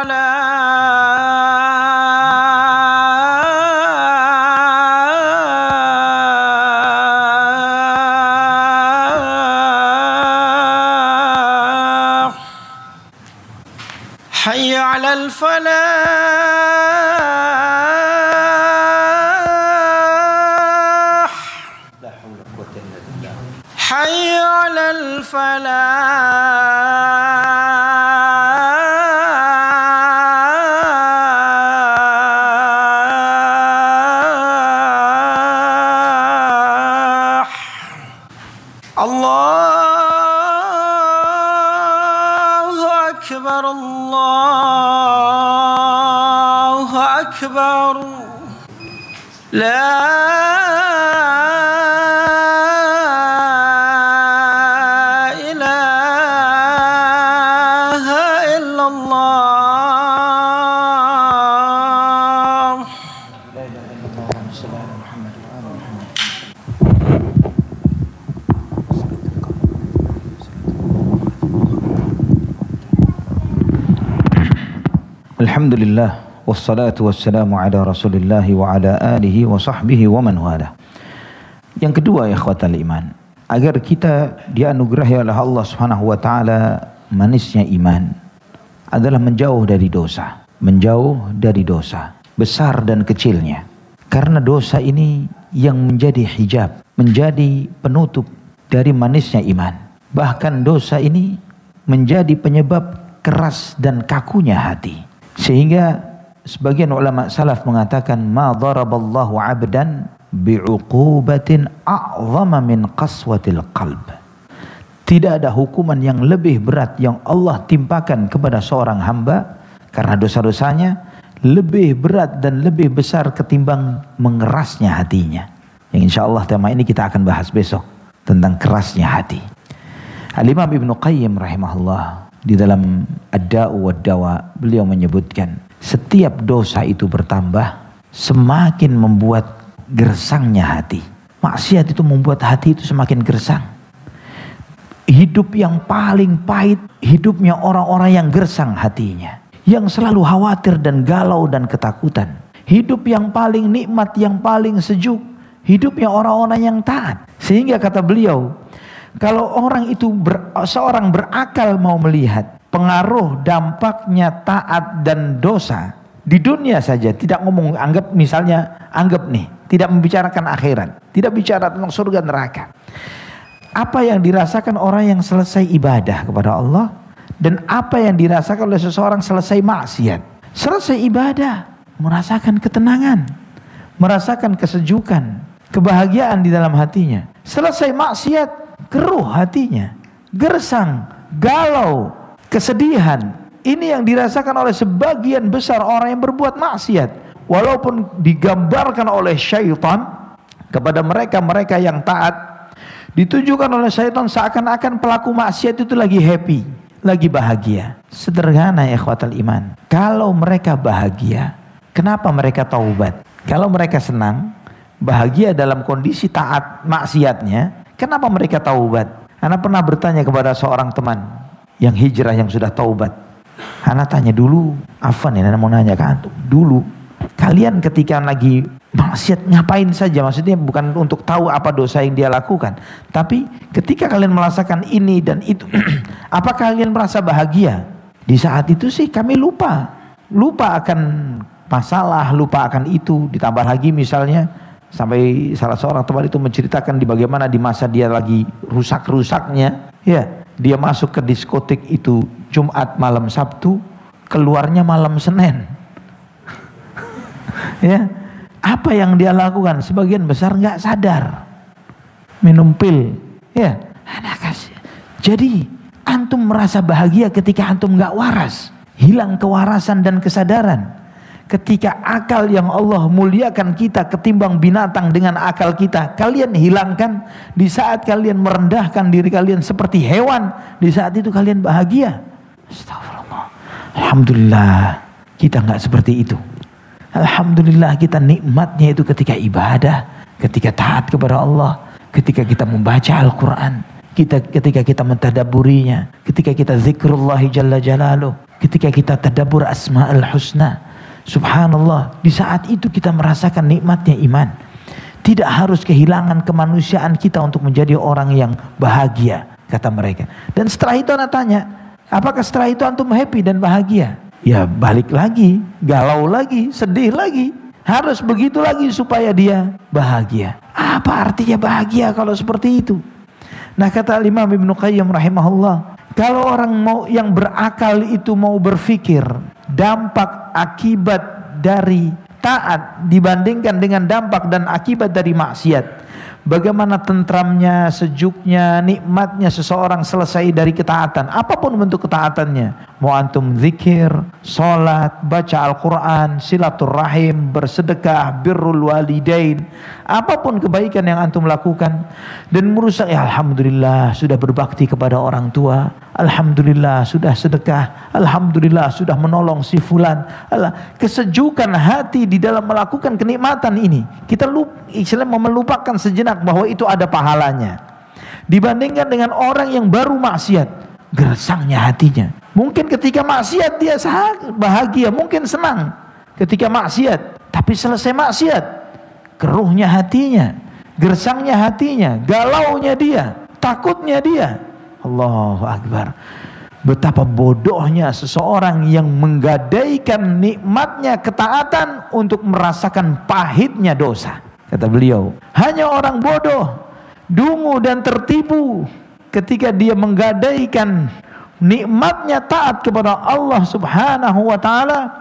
الصلاة حي على الفلاح حي على الفلاح الله أكبر الله أكبر لا إله إلا الله Alhamdulillah wassalatu wassalamu ala Rasulillah wa ala alihi wa sahbihi wa man wala. Yang kedua ya ikhwatal iman, agar kita dianugerahi oleh Allah Subhanahu wa taala manisnya iman adalah menjauh dari dosa, besar dan kecilnya. Karena dosa ini yang menjadi hijab, menjadi penutup dari manisnya iman. Bahkan dosa ini menjadi penyebab keras dan kakunya hati. Sehingga sebagian ulama salaf mengatakan ma daraballahu 'abdan bi'uqubatin a'zama min qaswatil qalb. Tidak ada hukuman yang lebih berat yang Allah timpakan kepada seorang hamba karena dosa-dosanya lebih berat dan lebih besar ketimbang mengerasnya hatinya. Yang insyaallah tema ini kita akan bahas besok tentang kerasnya hati. Al-Imam Ibnu Qayyim rahimahullah di dalam Ad-Da'u wad-Dawa beliau menyebutkan setiap dosa itu bertambah semakin membuat gersangnya hati. Maksiat itu membuat hati itu semakin gersang. Hidup yang paling pahit hidupnya orang-orang yang gersang hatinya, yang selalu khawatir dan galau dan ketakutan. Hidup yang paling nikmat, yang paling sejuk hidupnya orang-orang yang taat. Sehingga kata beliau, kalau orang itu seorang berakal mau melihat pengaruh dampaknya taat dan dosa di dunia saja, tidak ngomong anggap nih, tidak membicarakan akhirat, tidak bicara tentang surga neraka. Apa yang dirasakan orang yang selesai ibadah kepada Allah dan apa yang dirasakan oleh seseorang selesai maksiat. Selesai ibadah merasakan ketenangan, merasakan kesejukan, kebahagiaan di dalam hatinya. Selesai maksiat keruh hatinya, gersang, galau, kesedihan. Ini yang dirasakan oleh sebagian besar orang yang berbuat maksiat. Walaupun digambarkan oleh syaitan kepada mereka-mereka yang taat, ditujukan oleh syaitan seakan-akan pelaku maksiat itu lagi happy, lagi bahagia. Sederhana ya ikhwatal iman. Kalau mereka bahagia, kenapa mereka taubat? Kalau mereka senang, bahagia dalam kondisi taat maksiatnya, kenapa mereka taubat? Ana pernah bertanya kepada seorang teman yang hijrah yang sudah taubat. Ana tanya dulu, Afan ya, Ana mau nanya ke antum. Dulu kalian ketika lagi maksiat ngapain saja? Maksudnya bukan untuk tahu apa dosa yang dia lakukan, tapi ketika kalian merasakan ini dan itu, apakah kalian merasa bahagia? Di saat itu sih kami lupa akan masalah, lupa akan itu. Ditambah lagi misalnya sampai salah seorang teman itu menceritakan di bagaimana di masa dia lagi rusak-rusaknya, ya, dia masuk ke diskotik itu Jumat malam Sabtu, keluarnya malam Senin. Ya, apa yang dia lakukan sebagian besar nggak sadar, minum pil, ya. Jadi antum merasa bahagia ketika antum nggak waras, hilang kewarasan dan kesadaran. Ketika akal yang Allah muliakan kita ketimbang binatang dengan akal kita, kalian hilangkan. Di saat kalian merendahkan diri kalian seperti hewan, di saat itu kalian bahagia. Astagfirullah. Alhamdulillah kita nggak seperti itu. Alhamdulillah kita nikmatnya itu ketika ibadah, ketika taat kepada Allah, ketika kita membaca Al-Quran, ketika kita mentadabburinya, ketika kita zikrullah jalla jalaluh, ketika kita tadabbur asma'ul husna. Subhanallah, di saat itu kita merasakan nikmatnya iman. Tidak harus kehilangan kemanusiaan kita untuk menjadi orang yang bahagia, kata mereka. Dan setelah itu anak tanya, apakah setelah itu antum happy dan bahagia? Ya balik lagi, galau lagi, sedih lagi. Harus begitu lagi supaya dia bahagia. Apa artinya bahagia kalau seperti itu? Nah, kata Imam Ibnu Qayyim rahimahullah, kalau orang yang berakal itu mau berpikir dampak akibat dari taat dibandingkan dengan dampak dan akibat dari maksiat, bagaimana tentramnya, sejuknya, nikmatnya seseorang selesai dari ketaatan, apapun bentuk ketaatannya. Mau antum zikir, sholat, baca Al-Quran, silaturahim, bersedekah, birrul walidain, apapun kebaikan yang antum lakukan, dan merusak, ya alhamdulillah sudah berbakti kepada orang tua, alhamdulillah sudah sedekah, alhamdulillah sudah menolong si fulan. Kesejukan hati di dalam melakukan kenikmatan ini, kita melupakan sejenak bahwa itu ada pahalanya. Dibandingkan dengan orang yang baru maksiat, gersangnya hatinya. Mungkin ketika maksiat dia bahagia, mungkin senang ketika maksiat, tapi selesai maksiat, keruhnya hatinya, gersangnya hatinya, galaunya dia, takutnya dia. Allahu Akbar. Betapa bodohnya seseorang yang menggadaikan nikmatnya ketaatan untuk merasakan pahitnya dosa. Kata beliau, hanya orang bodoh, dungu dan tertipu ketika dia menggadaikan nikmatnya taat kepada Allah Subhanahu wa taala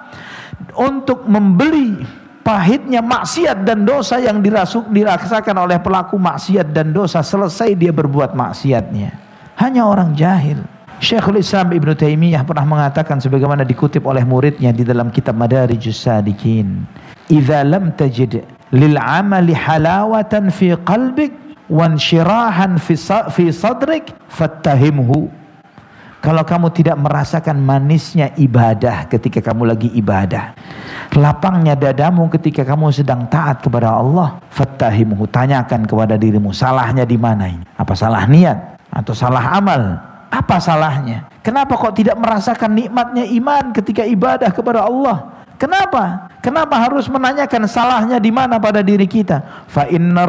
untuk membeli pahitnya maksiat dan dosa yang dirasakan oleh pelaku maksiat dan dosa selesai dia berbuat maksiatnya. Hanya orang jahil. Syekhul Islam Ibnu Taimiyah pernah mengatakan sebagaimana dikutip oleh muridnya di dalam kitab Madarijus Salikin, "Idza lam tajid lil 'amali halawatan fi qalbik wa inshirahan fi sadrik fattahimhu." Kalau kamu tidak merasakan manisnya ibadah ketika kamu lagi ibadah, lapangnya dadamu ketika kamu sedang taat kepada Allah, fattahimhu, tanyakan kepada dirimu, salahnya di mana ini? Apa salah niat atau salah amal? Apa salahnya? Kenapa kok tidak merasakan nikmatnya iman ketika ibadah kepada Allah? Kenapa? Kenapa harus menanyakan salahnya di mana pada diri kita? Fa inna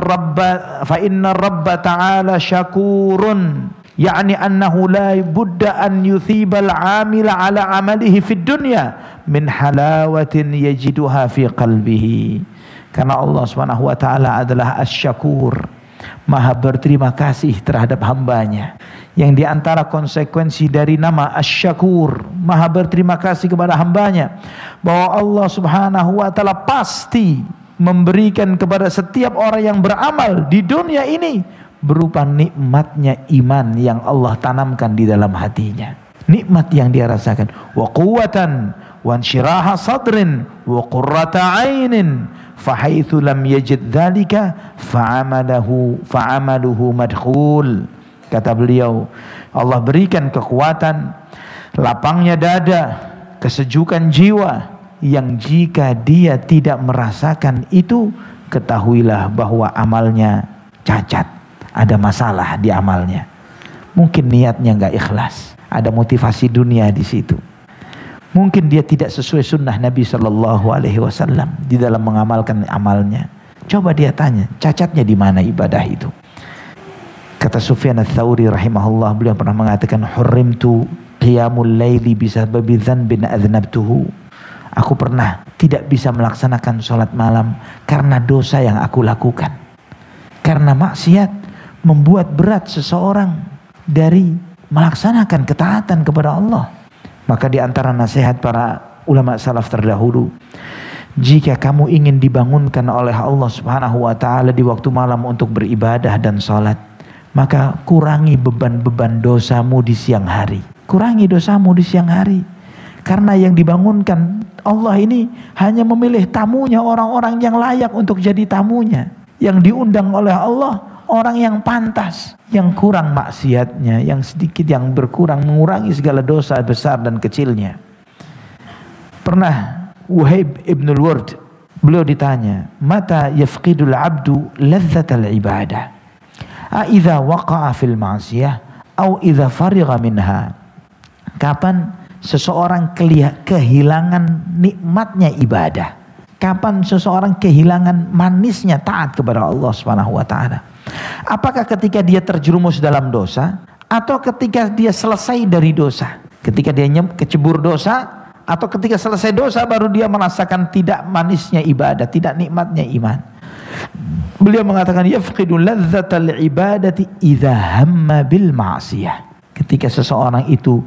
rabba ta'ala syakurun, yakni annahu la budda an yuthibal 'amila 'ala 'amalihi fid dunya min halawatin yajiduha fi qalbihi. Karena Allah Subhanahu wa taala adalah Asy-Syakur, Maha berterima kasih terhadap hambanya. Yang diantara konsekuensi dari nama Asy-Syakur, Maha berterima kasih kepada hambanya, bahwa Allah Subhanahu wa taala pasti memberikan kepada setiap orang yang beramal di dunia ini berupa nikmatnya iman yang Allah tanamkan di dalam hatinya. Nikmat yang dia rasakan, wa quwwatan wa insyiraha sadrin wa qurrata 'ainin fa haitsu lam yajid dzalika fa'amaluhu madkhul. Kata beliau, Allah berikan kekuatan, lapangnya dada, kesejukan jiwa, yang jika dia tidak merasakan itu, ketahuilah bahwa amalnya cacat, ada masalah di amalnya. Mungkin niatnya nggak ikhlas, ada motivasi dunia di situ. Mungkin dia tidak sesuai sunnah Nabi Shallallahu Alaihi Wasallam di dalam mengamalkan amalnya. Coba dia tanya, cacatnya di mana ibadah itu? Kata Sufyan Ats-Tsauri rahimahullah, beliau pernah mengatakan, hurrimtu qiyamul laili bisababi dzanbin adznabtuhu. Aku pernah tidak bisa melaksanakan sholat malam karena dosa yang aku lakukan. Karena maksiat membuat berat seseorang dari melaksanakan ketaatan kepada Allah. Maka di antara nasihat para ulama salaf terdahulu, Jika kamu ingin dibangunkan oleh Allah Subhanahu wa ta'ala di waktu malam untuk beribadah dan sholat, maka kurangi beban-beban dosamu di siang hari. Kurangi dosamu di siang hari. Karena yang dibangunkan Allah ini hanya memilih tamunya, orang-orang yang layak untuk jadi tamunya. Yang diundang oleh Allah, orang yang pantas, yang kurang maksiatnya, yang sedikit, yang berkurang, mengurangi segala dosa besar dan kecilnya. Pernah Wahib ibn al-Ward, beliau ditanya, mata yafqidul abdu ladzatal ibadah, a idza waqa'a fil ma'siyah au idza farigha minha. Kapan seseorang kehilangan nikmatnya ibadah? Kapan seseorang kehilangan manisnya taat kepada Allah Subhanahu wa taala? Apakah ketika dia terjerumus dalam dosa, atau ketika dia selesai dari dosa? Ketika dia kecebur dosa, atau ketika selesai dosa baru dia merasakan tidak manisnya ibadah, tidak nikmatnya iman. Beliau mengatakan yafqidu ladzatal ibadati idza hamma bil ma'siyah. Ketika seseorang itu,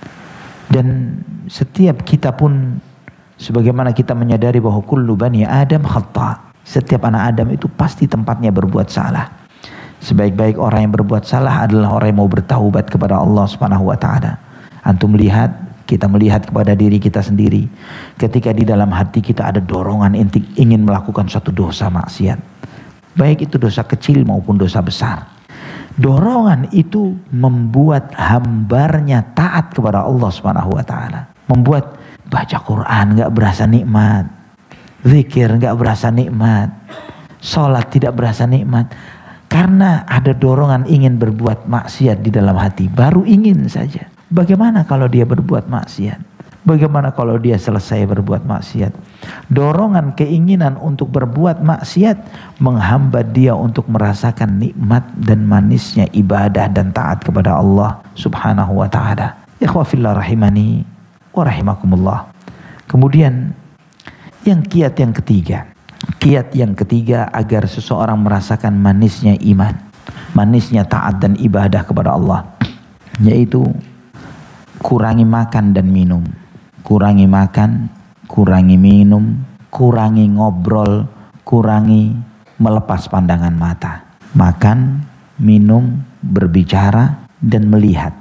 dan setiap kita pun sebagaimana kita menyadari bahwa kullu bani Adam khata'. Setiap anak Adam itu pasti tempatnya berbuat salah. Sebaik-baik orang yang berbuat salah adalah orang yang mau bertaubat kepada Allah Subhanahu wa taala. Antum lihat, kita melihat kepada diri kita sendiri. Ketika di dalam hati kita ada dorongan ingin melakukan suatu dosa maksiat, baik itu dosa kecil maupun dosa besar, dorongan itu membuat hambarnya taat kepada Allah Subhanahu wa taala. Membuat baca Quran gak berasa nikmat, zikir gak berasa nikmat, sholat tidak berasa nikmat. Karena ada dorongan ingin berbuat maksiat di dalam hati, baru ingin saja. Bagaimana kalau dia berbuat maksiat? Bagaimana kalau dia selesai berbuat maksiat? Dorongan keinginan untuk berbuat maksiat menghambat dia untuk merasakan nikmat dan manisnya ibadah dan taat kepada Allah Subhanahu wa ta'ala. Ikhwa fillah rahimani wa rahimakumullah. Kemudian kiat yang ketiga. Kiat yang ketiga agar seseorang merasakan manisnya iman, manisnya taat dan ibadah kepada Allah, yaitu kurangi makan dan minum. Kurangi makan, kurangi minum, kurangi ngobrol, kurangi melepas pandangan mata. Makan, minum, berbicara, dan melihat.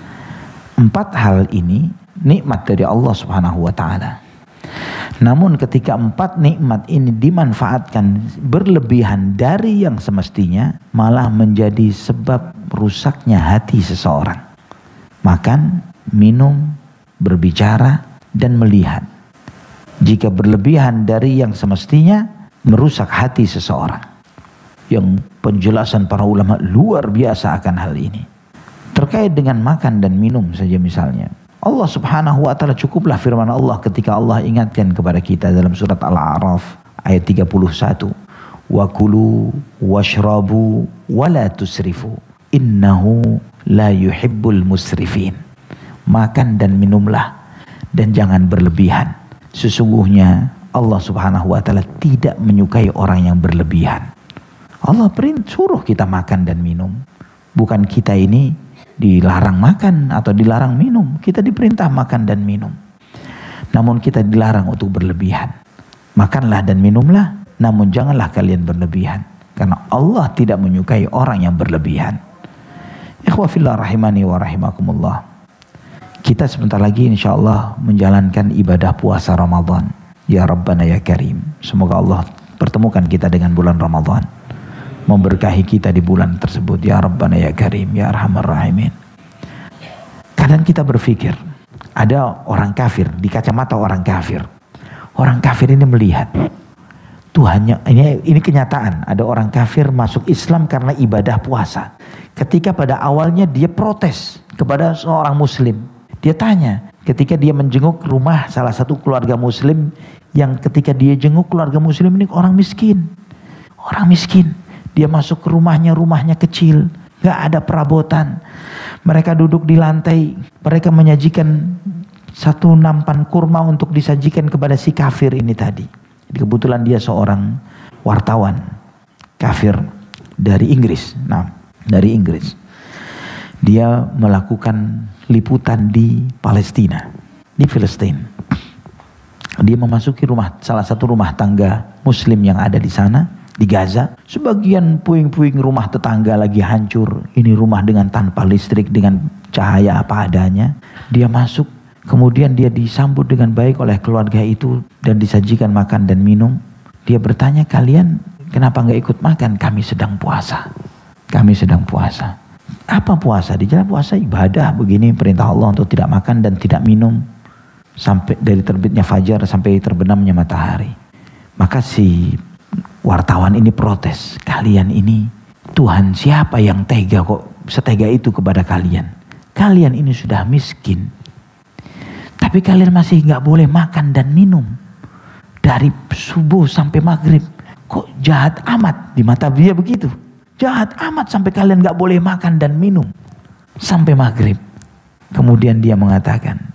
4 hal ini nikmat dari Allah Subhanahu wa ta'ala. Namun ketika 4 nikmat ini dimanfaatkan berlebihan dari yang semestinya, malah menjadi sebab rusaknya hati seseorang. Makan, minum, berbicara, dan melihat. Jika berlebihan dari yang semestinya, merusak hati seseorang. Yang penjelasan para ulama luar biasa akan hal ini. Terkait dengan makan dan minum saja misalnya, Allah Subhanahu wa ta'ala, cukuplah firman Allah ketika Allah ingatkan kepada kita dalam surat Al-A'raf ayat 31. Wa kulu washrabu wa la tusrifu innahu la yuhibbul musrifin. Makan dan minumlah dan jangan berlebihan. Sesungguhnya Allah Subhanahu wa ta'ala tidak menyukai orang yang berlebihan. Allah suruh kita makan dan minum. Bukan kita ini dilarang makan atau dilarang minum. Kita diperintah makan dan minum. Namun kita dilarang untuk berlebihan. Makanlah dan minumlah, namun janganlah kalian berlebihan. Karena Allah tidak menyukai orang yang berlebihan. Ikhwa fillah rahimani wa rahimakumullah. Kita sebentar lagi insyaallah menjalankan ibadah puasa Ramadan. Ya Rabbana ya Karim. Semoga Allah pertemukan kita dengan bulan Ramadan, memberkahi kita di bulan tersebut. Ya Rabbana ya Karim, ya Arhamar Rahimin. Kadang kita berpikir, ada orang kafir, di kacamata orang kafir. Orang kafir ini melihat, Tuhannya, ini kenyataan. Ada orang kafir masuk Islam karena ibadah puasa. Ketika pada awalnya dia protes kepada seorang muslim. Dia tanya, ketika dia menjenguk rumah salah satu keluarga muslim, yang ketika dia jenguk keluarga muslim ini orang miskin. Orang miskin. Dia masuk ke rumahnya, rumahnya kecil, gak ada perabotan. Mereka duduk di lantai, mereka menyajikan satu nampan kurma untuk disajikan kepada si kafir ini tadi. Kebetulan dia seorang wartawan kafir dari Inggris. Nah, dari Inggris. Dia melakukan liputan di Palestina, di Palestina. Dia memasuki salah satu rumah tangga Muslim yang ada di sana, di Gaza. Sebagian puing-puing rumah tetangga lagi hancur. Ini rumah dengan tanpa listrik, dengan cahaya apa adanya. Dia masuk, kemudian dia disambut dengan baik oleh keluarga itu dan disajikan makan dan minum. Dia bertanya, kalian kenapa nggak ikut makan? Kami sedang puasa. Kami sedang puasa. Apa puasa? Dia puasa ibadah begini, perintah Allah untuk tidak makan dan tidak minum sampai dari terbitnya fajar sampai terbenamnya matahari. Maka si wartawan ini protes, kalian ini Tuhan siapa yang tega kok setega itu kepada kalian? Kalian ini sudah miskin, tapi kalian masih nggak boleh makan dan minum dari subuh sampai maghrib. Kok jahat amat? Di mata dia begitu, jahat amat sampai kalian nggak boleh makan dan minum sampai maghrib. Kemudian dia mengatakan,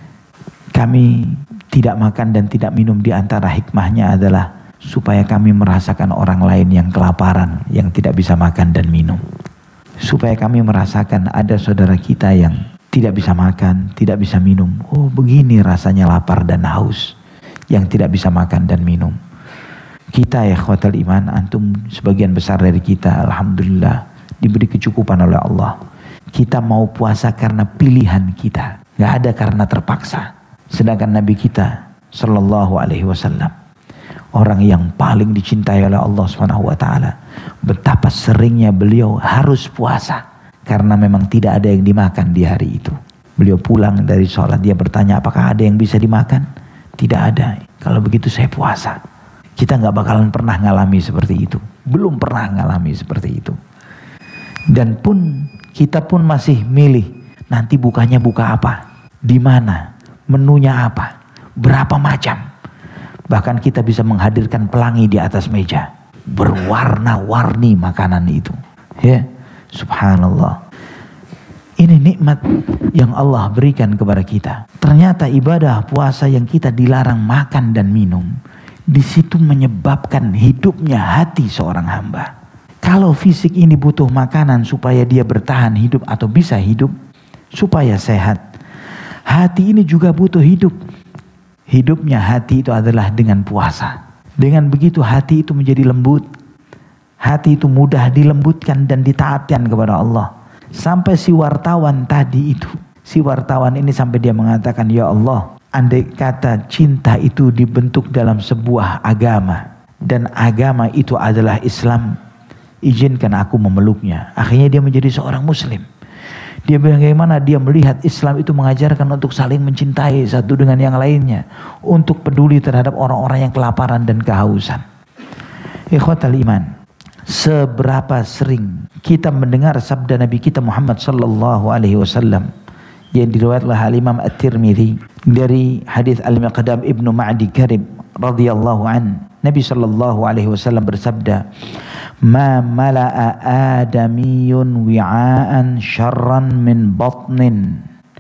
kami tidak makan dan tidak minum di antara hikmahnya adalah supaya kami merasakan orang lain yang kelaparan, yang tidak bisa makan dan minum. Supaya kami merasakan ada saudara kita yang tidak bisa makan, tidak bisa minum. Oh, begini rasanya lapar dan haus, yang tidak bisa makan dan minum. Kita ya ikhwatal iman, antum sebagian besar dari kita alhamdulillah diberi kecukupan oleh Allah. Kita mau puasa karena pilihan kita, gak ada karena terpaksa. Sedangkan Nabi kita sallallahu alaihi wasallam, orang yang paling dicintai oleh Allah Subhanahu wa taala, betapa seringnya beliau harus puasa karena memang tidak ada yang dimakan di hari itu. Beliau pulang dari sholat, dia bertanya, apakah ada yang bisa dimakan? Tidak ada. Kalau begitu saya puasa. Kita nggak bakalan pernah ngalami seperti itu. Belum pernah ngalami seperti itu. Dan pun kita pun masih milih nanti bukanya buka apa, di mana, menunya apa, berapa macam. Bahkan kita bisa menghadirkan pelangi di atas meja, berwarna-warni makanan itu. Ya, subhanallah. Ini nikmat yang Allah berikan kepada kita. Ternyata ibadah puasa yang kita dilarang makan dan minum, di situ menyebabkan hidupnya hati seorang hamba. Kalau fisik ini butuh makanan supaya dia bertahan hidup atau bisa hidup, supaya sehat, hati ini juga butuh hidup. Hidupnya hati itu adalah dengan puasa. Dengan begitu hati itu menjadi lembut. Hati itu mudah dilembutkan dan ditaatkan kepada Allah. Sampai si wartawan tadi itu, si wartawan ini sampai dia mengatakan, ya Allah, andai kata cinta itu dibentuk dalam sebuah agama, dan agama itu adalah Islam, izinkan aku memeluknya. Akhirnya dia menjadi seorang muslim. Dia bagaimana dia melihat Islam itu mengajarkan untuk saling mencintai satu dengan yang lainnya, untuk peduli terhadap orang-orang yang kelaparan dan kehausan. Ikhwatal iman, seberapa sering kita mendengar sabda Nabi kita Muhammad sallallahu alaihi wasallam yang diriwayatkan oleh Imam At-Tirmidzi dari hadis Al-Miqdam Ibnu Ma'di Karib radhiyallahu an. Nabi sallallahu alaihi wasallam bersabda, "Ma mala'a adamiyun wi'aan syarran min batnin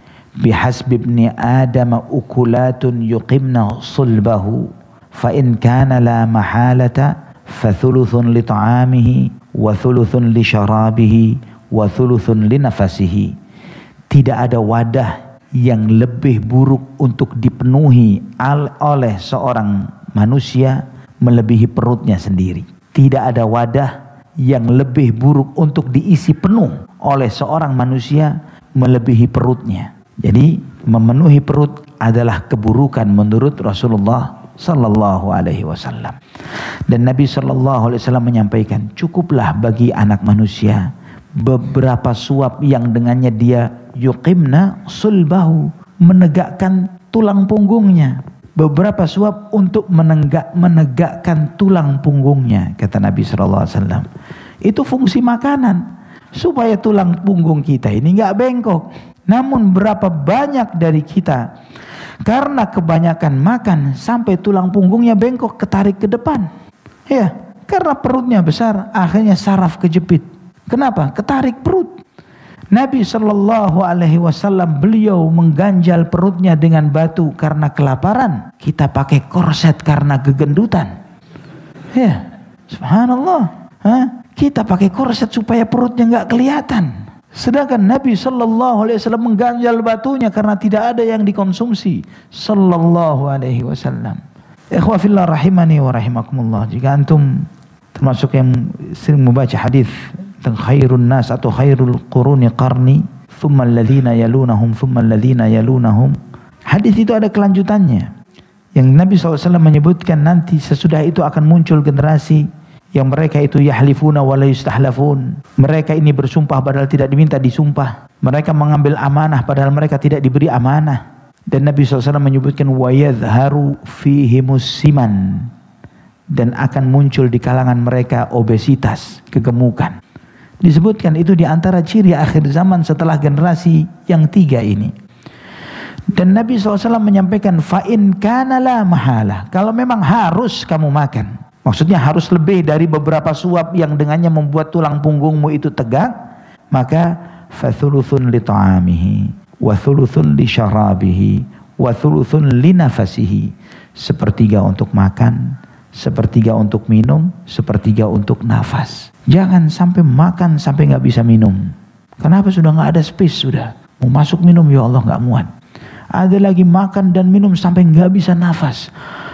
bihasbi ibni adam ukulatun yuqimna sulbahu fa in kana la mahalata fa thuluthun li ta'amihi wa thuluthun li syarabihi wa thuluthun li nafasihi." Tidak ada wadah yang lebih buruk untuk dipenuhi oleh seorang manusia melebihi perutnya sendiri. Tidak ada wadah yang lebih buruk untuk diisi penuh oleh seorang manusia melebihi perutnya. Jadi memenuhi perut adalah keburukan menurut Rasulullah sallallahu alaihi wasallam. Dan Nabi sallallahu alaihi wasallam menyampaikan, cukuplah bagi anak manusia beberapa suap yang dengannya dia yuqimna sulbahu, menegakkan tulang punggungnya. Beberapa suap untuk menegakkan tulang punggungnya, kata Nabi SAW. Itu fungsi makanan, supaya tulang punggung kita ini nggak bengkok. Namun berapa banyak dari kita karena kebanyakan makan sampai tulang punggungnya bengkok, ketarik ke depan. Ya, karena perutnya besar, akhirnya saraf kejepit. Kenapa? Ketarik perut. Nabi sallallahu alaihi wasallam beliau mengganjal perutnya dengan batu karena kelaparan. Kita pakai korset karena kegendutan. Ya, subhanallah. Kita pakai korset supaya perutnya nggak kelihatan. Sedangkan Nabi sallallahu alaihi wasallam mengganjal batunya karena tidak ada yang dikonsumsi sallallahu alaihi wasallam. Ikhwah fillah rahimani wa rahimakumullah, jika antum termasuk yang sering membaca hadis tentang khairun nas atau khairul quruni qarni thumma alladhina yalunahum thumma alladhina yalunahum, hadis itu ada kelanjutannya yang Nabi SAW menyebutkan nanti sesudah itu akan muncul generasi yang mereka itu yahlifuna wa la yustahlafun. Mereka ini bersumpah padahal tidak diminta disumpah. Mereka mengambil amanah padahal mereka tidak diberi amanah. Dan Nabi SAW menyebutkan wa yadharu fihimus siman, dan akan muncul di kalangan mereka obesitas, kegemukan. Disebutkan itu di antara ciri akhir zaman setelah generasi yang 3 ini. Dan Nabi SAW menyampaikan fa in kana la mahala, kalau memang harus kamu makan, maksudnya harus lebih dari beberapa suap yang dengannya membuat tulang punggungmu itu tegak, maka fathuluthun li ta'amihi wa thuluthun li syarabihi wa thuluthun li nafasihi. Sepertiga untuk makan, sepertiga untuk minum, sepertiga untuk nafas. Jangan sampai makan sampai nggak bisa minum. Kenapa? Sudah nggak ada space sudah. Mau masuk minum ya Allah nggak muat. Ada lagi makan dan minum sampai nggak bisa nafas.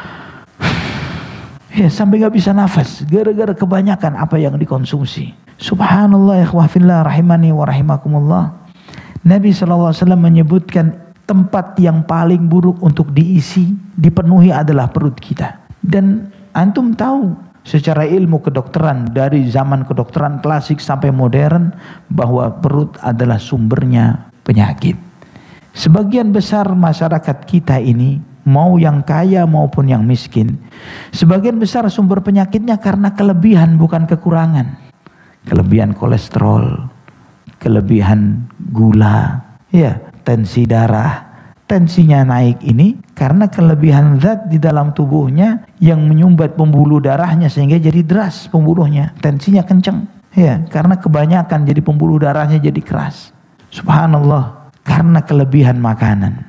Ya, sampai nggak bisa nafas gara-gara kebanyakan apa yang dikonsumsi. Subhanallah, ikhwah fillah rahimani wa rahimakumullah. Nabi SAW menyebutkan tempat yang paling buruk untuk diisi, dipenuhi adalah perut kita. Dan antum tahu secara ilmu kedokteran dari zaman kedokteran klasik sampai modern bahwa perut adalah sumbernya penyakit. Sebagian besar masyarakat kita ini, mau yang kaya maupun yang miskin, sebagian besar sumber penyakitnya karena kelebihan bukan kekurangan. Kelebihan kolesterol, kelebihan gula, ya, tensi darah. Tensinya naik ini karena kelebihan zat di dalam tubuhnya yang menyumbat pembuluh darahnya sehingga jadi deras pembuluhnya, tensinya kencang. Ya, karena kebanyakan jadi pembuluh darahnya jadi keras. Subhanallah, karena kelebihan makanan.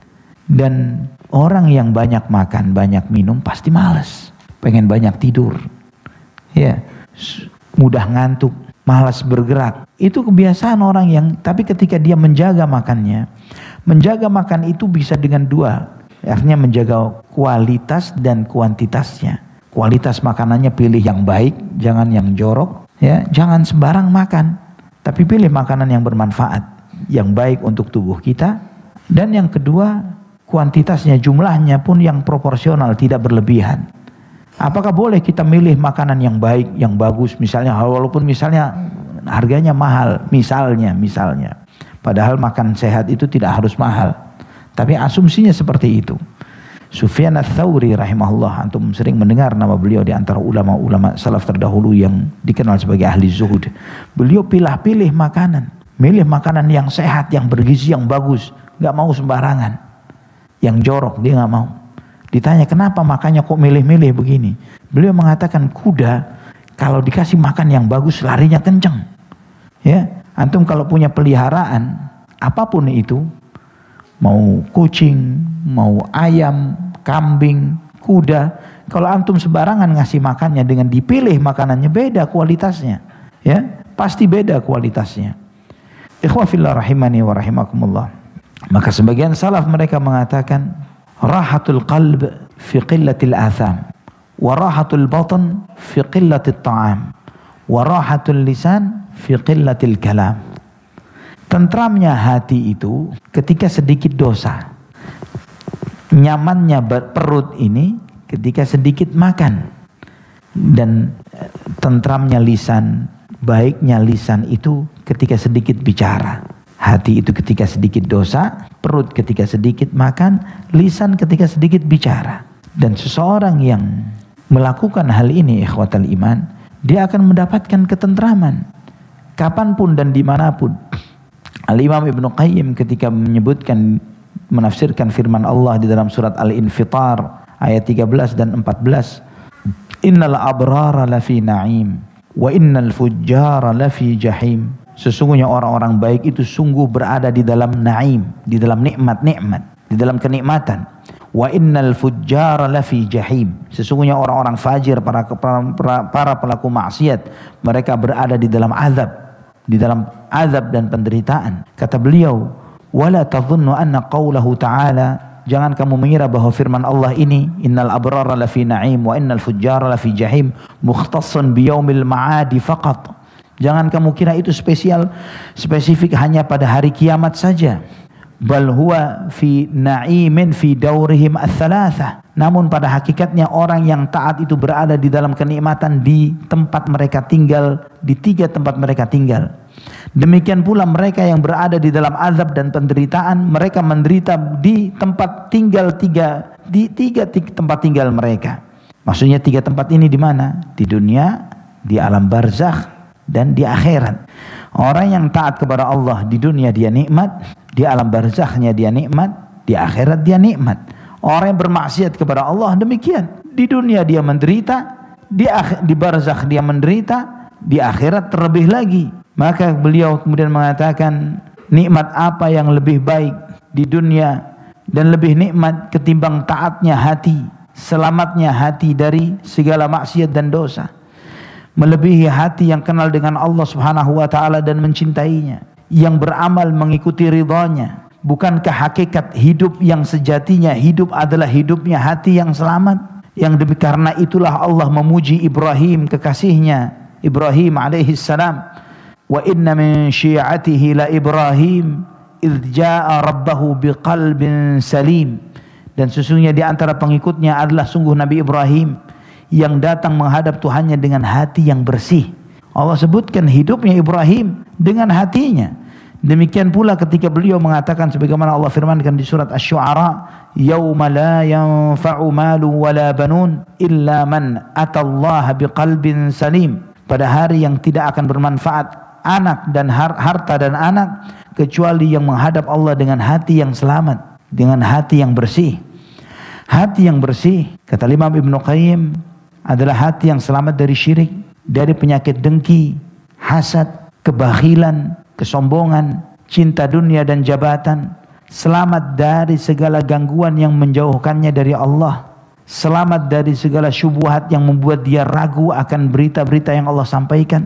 Dan orang yang banyak makan, banyak minum pasti malas, pengen banyak tidur. Ya, mudah ngantuk, malas bergerak. Itu kebiasaan orang yang, tapi ketika dia menjaga makannya, menjaga makan itu bisa dengan dua, artinya menjaga kualitas dan kuantitasnya. Kualitas makanannya pilih yang baik, jangan yang jorok, ya, jangan sembarang makan, tapi pilih makanan yang bermanfaat, yang baik untuk tubuh kita. Dan yang kedua, kuantitasnya, jumlahnya pun yang proporsional, tidak berlebihan. Apakah boleh kita milih makanan yang baik, yang bagus, misalnya walaupun misalnya harganya mahal, misalnya. Padahal makan sehat itu tidak harus mahal. Tapi asumsinya seperti itu. Sufyan Ats-Tsauri rahimahullah, antum sering mendengar nama beliau di antara ulama-ulama salaf terdahulu yang dikenal sebagai ahli zuhud. Beliau pilih-pilih makanan, milih makanan yang sehat, yang bergizi, yang bagus, nggak mau sembarangan. Yang jorok dia nggak mau. Ditanya kenapa makanya kok milih-milih begini? Beliau mengatakan kuda kalau dikasih makan yang bagus larinya kenceng. Ya, antum kalau punya peliharaan apapun itu, mau kucing, mau ayam, kambing, kuda, kalau antum sembarangan ngasih makannya dengan dipilih makanannya, beda kualitasnya. Ya, pasti beda kualitasnya. Ikhwah fillah rahimani wa rahimakumullah. Maka sebagian salaf mereka mengatakan rahatul qalb fi qillatil atham, wa rahatul batan fi qillatit ta'am, wa rahatul lisan fi qillatil kalam. Tentramnya hati itu ketika sedikit dosa, nyamannya perut ini ketika sedikit makan, dan tentramnya lisan, baiknya lisan itu ketika sedikit bicara. Hati itu ketika sedikit dosa, perut ketika sedikit makan, lisan ketika sedikit bicara. Dan seseorang yang melakukan hal ini, ikhwatal iman, dia akan mendapatkan ketentraman kapanpun dan dimanapun. Al-Imam Ibnu Qayyim ketika menyebutkan, menafsirkan firman Allah di dalam surat Al-Infitar ayat 13 dan 14, innal abrara lafi na'im wa innal fujjara lafi jahim. Sesungguhnya orang-orang baik itu sungguh berada di dalam na'im, di dalam nikmat-nikmat, di dalam kenikmatan. Wa innal fujjara lafi jahim. Sesungguhnya orang-orang fajir, para pelaku maksiat, mereka berada di dalam azab, di dalam azab dan penderitaan. Kata beliau, wala tadhunnu anna qawlahu ta'ala, jangan kamu mengira bahwa firman Allah ini, innal abrara lafi na'im wa innal fujjara lafi jahim, mukhtassun biyaumil ma'adi faqat. Jangan kamu kira itu spesifik hanya pada hari kiamat saja. Bal huwa fi na'imin fi daurihim ats-tsalatsa. Namun pada hakikatnya orang yang taat itu berada di dalam kenikmatan di tempat mereka tinggal, di 3 tempat mereka tinggal. Demikian pula mereka yang berada di dalam azab dan penderitaan, mereka menderita di tempat tinggal di 3 tempat tinggal mereka. Maksudnya 3 tempat ini di mana? Di dunia, di alam barzakh, dan di akhirat. Orang yang taat kepada Allah di dunia dia nikmat, di alam barzakhnya dia nikmat, di akhirat dia nikmat. Orang yang bermaksiat kepada Allah demikian, di dunia dia menderita, di barzakh dia menderita, di akhirat terlebih lagi. Maka beliau kemudian mengatakan, nikmat apa yang lebih baik di dunia dan lebih nikmat ketimbang taatnya hati, selamatnya hati dari segala maksiat dan dosa, melebihi hati yang kenal dengan Allah Subhanahu wa taala dan mencintainya, yang beramal mengikuti ridhanya. Bukankah hakikat hidup yang sejatinya, hidup adalah hidupnya hati yang selamat? Yang karena itulah Allah memuji Ibrahim, kekasihnya Ibrahim alaihi salam, wa inna min syi'atihi la Ibrahim idh jaa rabbahu biqalbin salim. Dan sesungguhnya di antara pengikutnya adalah sungguh Nabi Ibrahim yang datang menghadap Tuhannya dengan hati yang bersih. Allah sebutkan hidupnya Ibrahim dengan hatinya. Demikian pula ketika beliau mengatakan sebagaimana Allah firmankan di surat Asy-Syu'ara, yauma la yanfa'u malu wala banun illa man atallaha biqalbin salim. Pada hari yang tidak akan bermanfaat anak dan harta dan anak kecuali yang menghadap Allah dengan hati yang selamat, dengan hati yang bersih. Hati yang bersih, kata Imam Ibnu Qayyim, adalah hati yang selamat dari syirik, dari penyakit dengki, hasad, kebakhilan, kesombongan, cinta dunia dan jabatan, selamat dari segala gangguan yang menjauhkannya dari Allah, selamat dari segala syubhat yang membuat dia ragu akan berita-berita yang Allah sampaikan,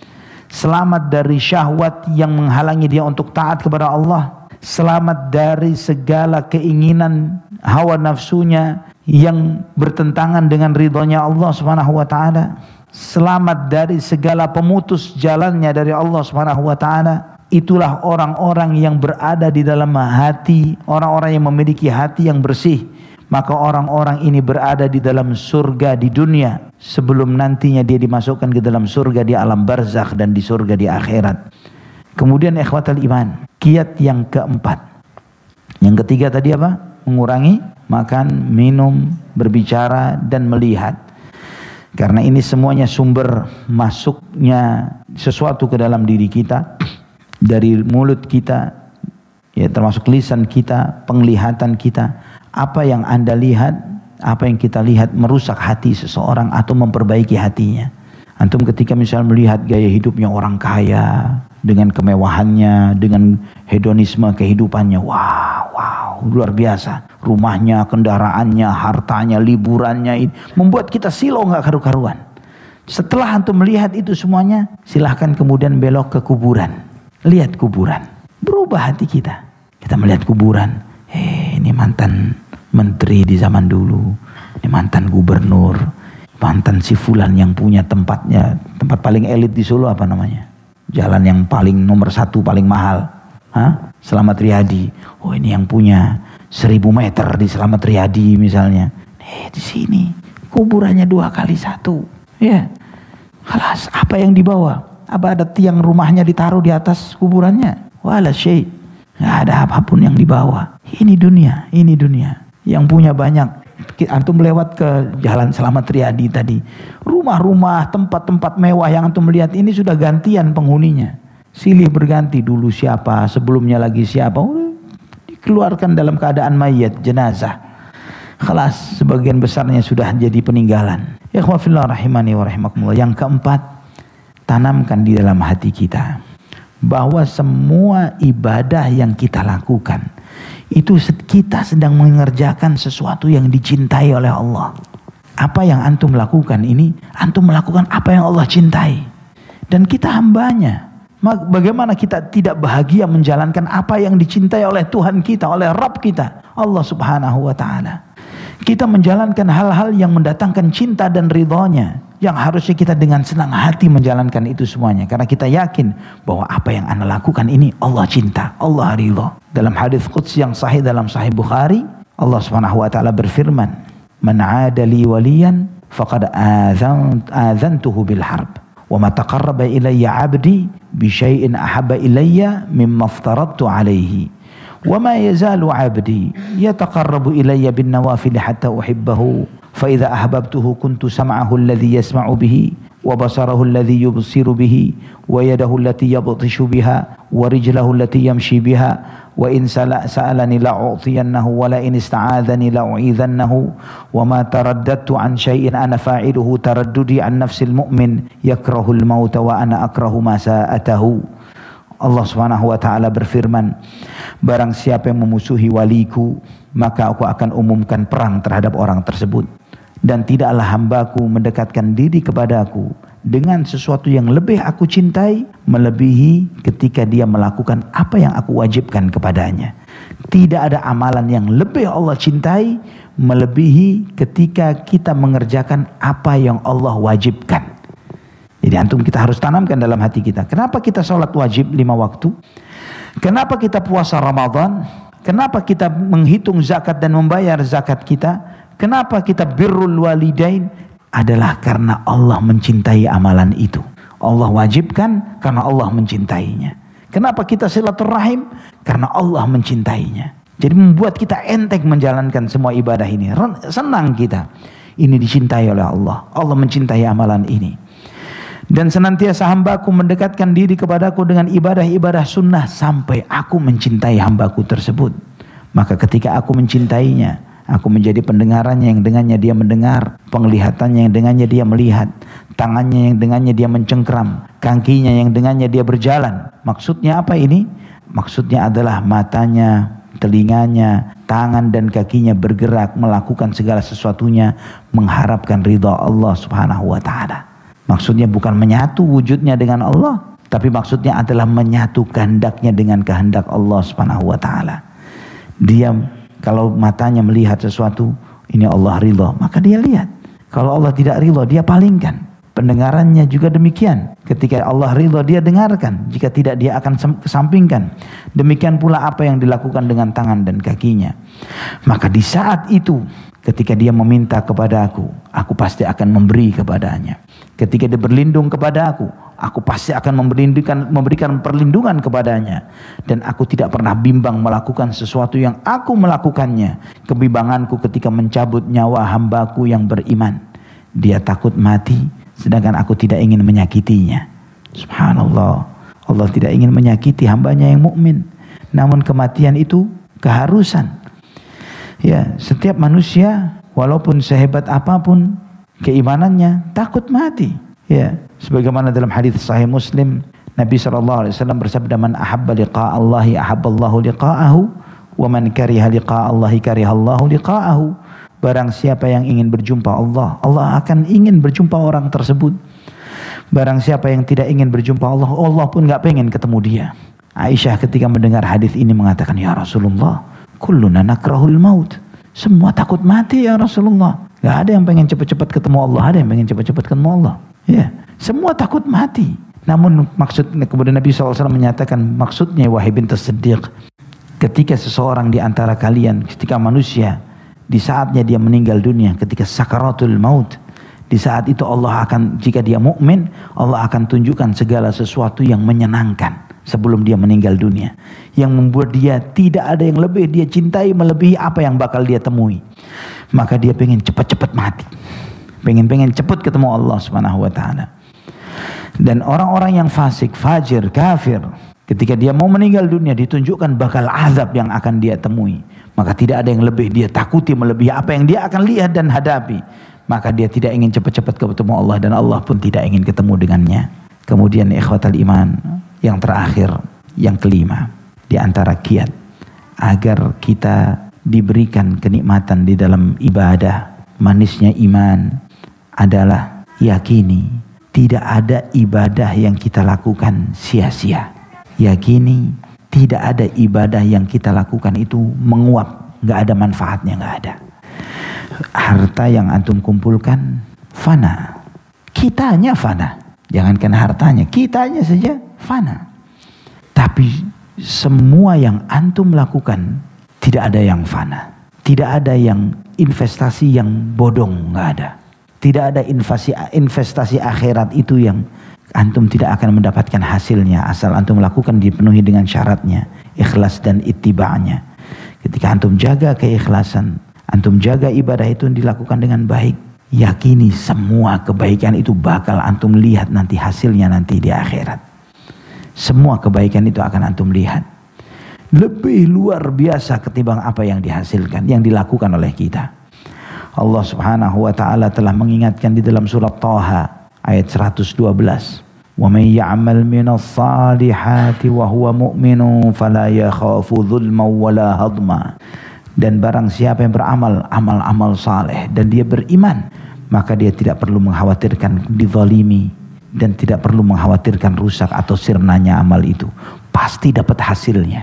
selamat dari syahwat yang menghalangi dia untuk taat kepada Allah, selamat dari segala keinginan hawa nafsunya yang bertentangan dengan ridhonya Allah Subhanahu wa taala, selamat dari segala pemutus jalannya dari Allah Subhanahu wa taala. Itulah orang-orang yang berada di dalam hati, orang-orang yang memiliki hati yang bersih. Maka orang-orang ini berada di dalam surga di dunia sebelum nantinya dia dimasukkan ke dalam surga di alam barzakh dan di surga di akhirat. Kemudian ikhwatal iman, kiat yang keempat. Yang ketiga tadi apa? Mengurangi makan, minum, berbicara dan melihat. Karena ini semuanya sumber masuknya sesuatu ke dalam diri kita, dari mulut kita, ya termasuk lisan kita, penglihatan kita. Apa yang Anda lihat, apa yang kita lihat merusak hati seseorang atau memperbaiki hatinya. Antum ketika misalnya melihat gaya hidupnya orang kaya, dengan kemewahannya, dengan hedonisme kehidupannya, wow, luar biasa. Rumahnya, kendaraannya, hartanya, liburannya, membuat kita silau nggak karu-karuan. Setelah antum melihat itu semuanya, silahkan kemudian belok ke kuburan. Lihat kuburan, berubah hati kita. Kita melihat kuburan, ini mantan menteri di zaman dulu, ini mantan gubernur, mantan si fulan yang punya tempatnya, tempat paling elit di Solo apa namanya? Jalan yang paling nomor 1 paling mahal. Slamet Riyadi. Oh ini yang punya 1000 meter di Slamet Riyadi misalnya. Di sini kuburannya 2x1. Ya. Halas, apa yang dibawa? Apa ada tiang rumahnya ditaruh di atas kuburannya? Wala syai'. Enggak ada apapun yang dibawa. Ini dunia. Yang punya banyak. Antum lewat ke jalan Slamet Riyadi tadi, rumah-rumah, tempat-tempat mewah yang antum lihat ini sudah gantian penghuninya. Silih berganti, dulu siapa, sebelumnya lagi siapa, dikeluarkan dalam keadaan mayat, jenazah. Khalas, sebagian besarnya sudah jadi peninggalan. Ikhwah fillah rahimani wa rahimakumullah. Yang keempat, tanamkan di dalam hati kita bahwa semua ibadah yang kita lakukan itu kita sedang mengerjakan sesuatu yang dicintai oleh Allah. Apa yang antum lakukan ini, antum melakukan apa yang Allah cintai. Dan kita hambanya. Bagaimana kita tidak bahagia menjalankan apa yang dicintai oleh Tuhan kita, oleh Rabb kita, Allah Subhanahu wa ta'ala. Kita menjalankan hal-hal yang mendatangkan cinta dan ridhonya, yang harusnya kita dengan senang hati menjalankan itu semuanya, karena kita yakin bahwa apa yang Anda lakukan ini Allah cinta, Allah ridho. Dalam hadis qudsi yang sahih dalam Sahih Bukhari, Allah Subhanahu wa ta'ala berfirman, "Man 'ada li waliyan faqad azantuhu bil harb. Wa ma taqarraba ilayya 'abdi bi syai'in ahabba ilayya mimma aftaradtu 'alaihi. Wa ma yazalu 'abdi yataqarrabu ilayya bin nawafil hatta uhibbahu. Fa idza ahbabtuhu kuntu sam'ahu alladhi yasma'u bihi wa basarahu alladhi yubsiru bihi wa yadahu allati yabtishu biha wa rijlahu allati yamshi biha. Wa in sa'alani la'u'tiyannahu wa la in ista'adhani la'u'idhannahu wa ma taraddadtu an syai'in ana fa'iluhu taraddudi an nafsil mu'min yakrahul mauta wa ana akrahu ma sa'atahu." Allah Subhanahu wa ta'ala berfirman, barang siapa yang memusuhi waliku, maka aku akan umumkan perang terhadap orang tersebut, dan tidaklah hambaku mendekatkan diri kepadaku dengan sesuatu yang lebih aku cintai melebihi ketika dia melakukan apa yang aku wajibkan kepadanya. Tidak ada amalan yang lebih Allah cintai melebihi ketika kita mengerjakan apa yang Allah wajibkan. Jadi antum kita harus tanamkan dalam hati kita. Kenapa kita sholat wajib 5 waktu? Kenapa kita puasa Ramadan? Kenapa kita menghitung zakat dan membayar zakat kita? Kenapa kita birrul walidain? Adalah karena Allah mencintai amalan itu. Allah wajibkan karena Allah mencintainya. Kenapa kita silaturahim? Karena Allah mencintainya. Jadi membuat kita enteng menjalankan semua ibadah ini. Senang kita. Ini dicintai oleh Allah. Allah mencintai amalan ini. Dan senantiasa hambaku mendekatkan diri kepadaku dengan ibadah-ibadah sunnah sampai aku mencintai hambaku tersebut. Maka ketika aku mencintainya, aku menjadi pendengarannya yang dengannya dia mendengar, penglihatannya yang dengannya dia melihat, tangannya yang dengannya dia mencengkram, kakinya yang dengannya dia berjalan. Maksudnya apa ini? Maksudnya adalah matanya, telinganya, tangan dan kakinya bergerak melakukan segala sesuatunya mengharapkan ridha Allah Subhanahu wa ta'ala. Maksudnya bukan menyatu wujudnya dengan Allah, tapi maksudnya adalah menyatu kehendaknya dengan kehendak Allah Subhanahu wa ta'ala. Dia kalau matanya melihat sesuatu, ini Allah ridha, maka dia lihat. Kalau Allah tidak ridha, dia palingkan. Pendengarannya juga demikian. Ketika Allah ridha, dia dengarkan. Jika tidak, dia akan kesampingkan. Demikian pula apa yang dilakukan dengan tangan dan kakinya. Maka di saat itu, ketika dia meminta kepada aku pasti akan memberi kepadanya. Ketika dia berlindung kepada aku pasti akan memberikan perlindungan kepadanya. Dan aku tidak pernah bimbang melakukan sesuatu yang aku melakukannya. Kebimbanganku ketika mencabut nyawa hambaku yang beriman. Dia takut mati, sedangkan aku tidak ingin menyakitinya. Subhanallah. Allah tidak ingin menyakiti hambanya yang mukmin. Namun kematian itu keharusan. Ya, setiap manusia walaupun sehebat apapun keimanannya takut mati. Ya, sebagaimana dalam hadis Sahih Muslim, Nabi SAW bersabda, "Man ahabba liqa'a Allahi ahabballahu liqa'ahu, wa man kariha liqa'a Allahi karihallahu liqa'ahu." Barang siapa yang ingin berjumpa Allah, Allah akan ingin berjumpa orang tersebut. Barang siapa yang tidak ingin berjumpa Allah, Allah pun enggak pengen ketemu dia. Aisyah ketika mendengar hadis ini mengatakan, "Ya Rasulullah, kulluna nakrahul maut." Semua takut mati ya Rasulullah. Gak ada yang pengen cepat-cepat ketemu Allah, ada yang pengen cepat-cepat ketemu Allah. Ya, semua takut mati. Namun maksudnya, kemudian Nabi SAW menyatakan, maksudnya wahai bintus Siddiq, ketika seseorang di antara kalian, ketika manusia, di saatnya dia meninggal dunia, ketika sakaratul maut, di saat itu Allah akan, jika dia mukmin, Allah akan tunjukkan segala sesuatu yang menyenangkan sebelum dia meninggal dunia, yang membuat dia tidak ada yang lebih dia cintai melebihi apa yang bakal dia temui. Maka dia pengen cepat-cepat mati, pengen cepat ketemu Allah Subhanahu wa ta'ala. Dan orang-orang yang fasik, fajir, kafir, ketika dia mau meninggal dunia ditunjukkan bakal azab yang akan dia temui, maka tidak ada yang lebih dia takuti melebihi apa yang dia akan lihat dan hadapi. Maka dia tidak ingin cepat-cepat ketemu Allah, dan Allah pun tidak ingin ketemu dengannya. Kemudian ikhwatal iman, yang terakhir, yang kelima, di antara kiat agar kita diberikan kenikmatan di dalam ibadah, manisnya iman adalah yakini tidak ada ibadah yang kita lakukan sia-sia. Yakini tidak ada ibadah yang kita lakukan itu menguap, gak ada manfaatnya, gak ada. Harta yang antum kumpulkan fana, kitanya fana. Jangankan hartanya, kitanya saja fana. Tapi semua yang antum lakukan tidak ada yang fana. Tidak ada yang investasi yang bodong, nggak ada. Tidak ada investasi akhirat itu yang antum tidak akan mendapatkan hasilnya asal antum lakukan dipenuhi dengan syaratnya, ikhlas dan ittiba'nya. Ketika antum jaga keikhlasan, antum jaga ibadah itu dilakukan dengan baik, yakini semua kebaikan itu bakal antum lihat nanti hasilnya nanti di akhirat. Semua kebaikan itu akan antum lihat. Lebih luar biasa ketimbang apa yang dihasilkan, yang dilakukan oleh kita. Allah Subhanahu wa taala telah mengingatkan di dalam surat Thaha ayat 112. Wa may ya'mal minas salihati wa huwa mu'minun fala yakhafu dzulman wala hadma. Dan barang siapa yang beramal amal-amal saleh dan dia beriman, maka dia tidak perlu mengkhawatirkan dizalimi dan tidak perlu mengkhawatirkan rusak atau sirnanya amal itu. Pasti dapat hasilnya.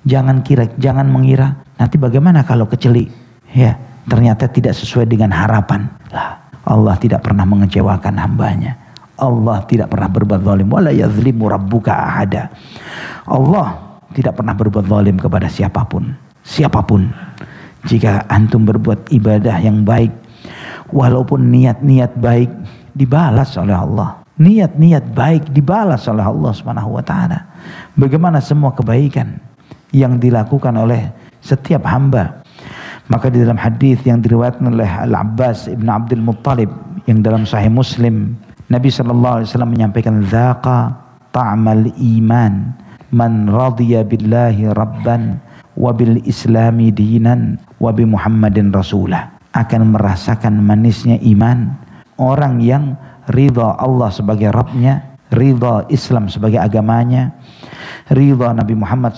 Jangan mengira nanti bagaimana kalau kecelik, ya ternyata tidak sesuai dengan harapan. Lah, Allah tidak pernah mengecewakan hambanya. Allah tidak pernah berbuat zalim. Wala yazlimu rabbuka ahada. Allah tidak pernah berbuat zalim kepada siapapun. Siapapun. Jika antum berbuat ibadah yang baik, walaupun niat-niat baik dibalas oleh Allah. Niat-niat baik dibalas oleh Allah Subhanahu wa taala. Bagaimana semua kebaikan yang dilakukan oleh setiap hamba. Maka di dalam hadis yang diriwayatkan oleh Al-Abbas ibn Abdul Muttalib yang dalam Sahih Muslim, Nabi SAW menyampaikan, "Dzaqa ta'mal iman man radiya billahi rabban wa bil islami dinan wa bi Muhammadin rasulah." Akan merasakan manisnya iman orang yang ridha Allah sebagai Rabbnya, ridha Islam sebagai agamanya, ridha Nabi Muhammad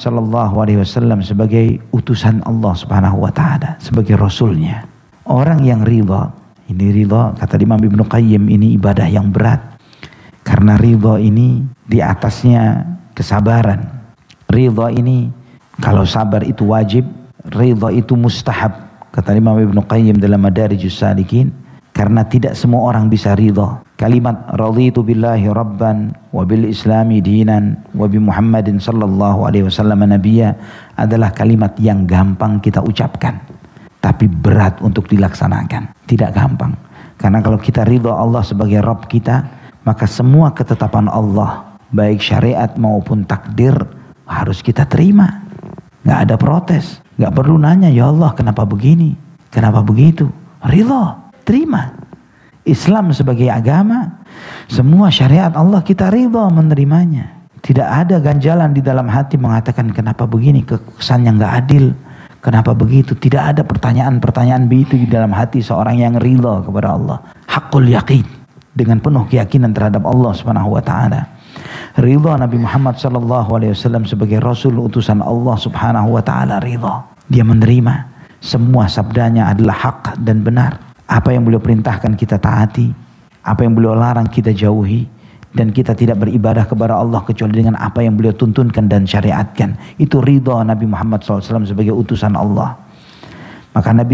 SAW sebagai utusan Allah Subhanahu wa taala, sebagai rasulnya. Orang yang ridha, ini ridha kata Imam Ibnu Qayyim, ini ibadah yang berat. Karena ridha ini di atasnya kesabaran. Ridha ini kalau sabar itu wajib, ridha itu mustahab. Kata Imam Ibnu Qayyim dalam Madarijus Salikin, karena tidak semua orang bisa ridha. Kalimat raditu billahi rabban wa bil islami dinan wa bi Muhammadin sallallahu alaihi wasallam nabiyya adalah kalimat yang gampang kita ucapkan, tapi berat untuk dilaksanakan. Tidak gampang. Karena kalau kita ridha Allah sebagai Rabb kita, maka semua ketetapan Allah, baik syariat maupun takdir, harus kita terima. Gak ada protes. Gak perlu nanya, ya Allah kenapa begini, kenapa begitu. Ridha, terima. Islam sebagai agama, semua syariat Allah kita ridha menerimanya. Tidak ada ganjalan di dalam hati mengatakan kenapa begini, kesan yang gak adil, kenapa begitu. Tidak ada pertanyaan-pertanyaan begitu di dalam hati seorang yang ridha kepada Allah. Haqqul yaqin, dengan penuh keyakinan terhadap Allah Subhanahu wa taala. Ridha Nabi Muhammad SAW sebagai Rasul utusan Allah Subhanahu wa taala, ridha. Dia menerima semua sabdanya adalah hak dan benar. Apa yang beliau perintahkan kita taati, apa yang beliau larang kita jauhi, dan kita tidak beribadah kepada Allah kecuali dengan apa yang beliau tuntunkan dan syariatkan. Itu ridha Nabi Muhammad SAW sebagai utusan Allah. Maka Nabi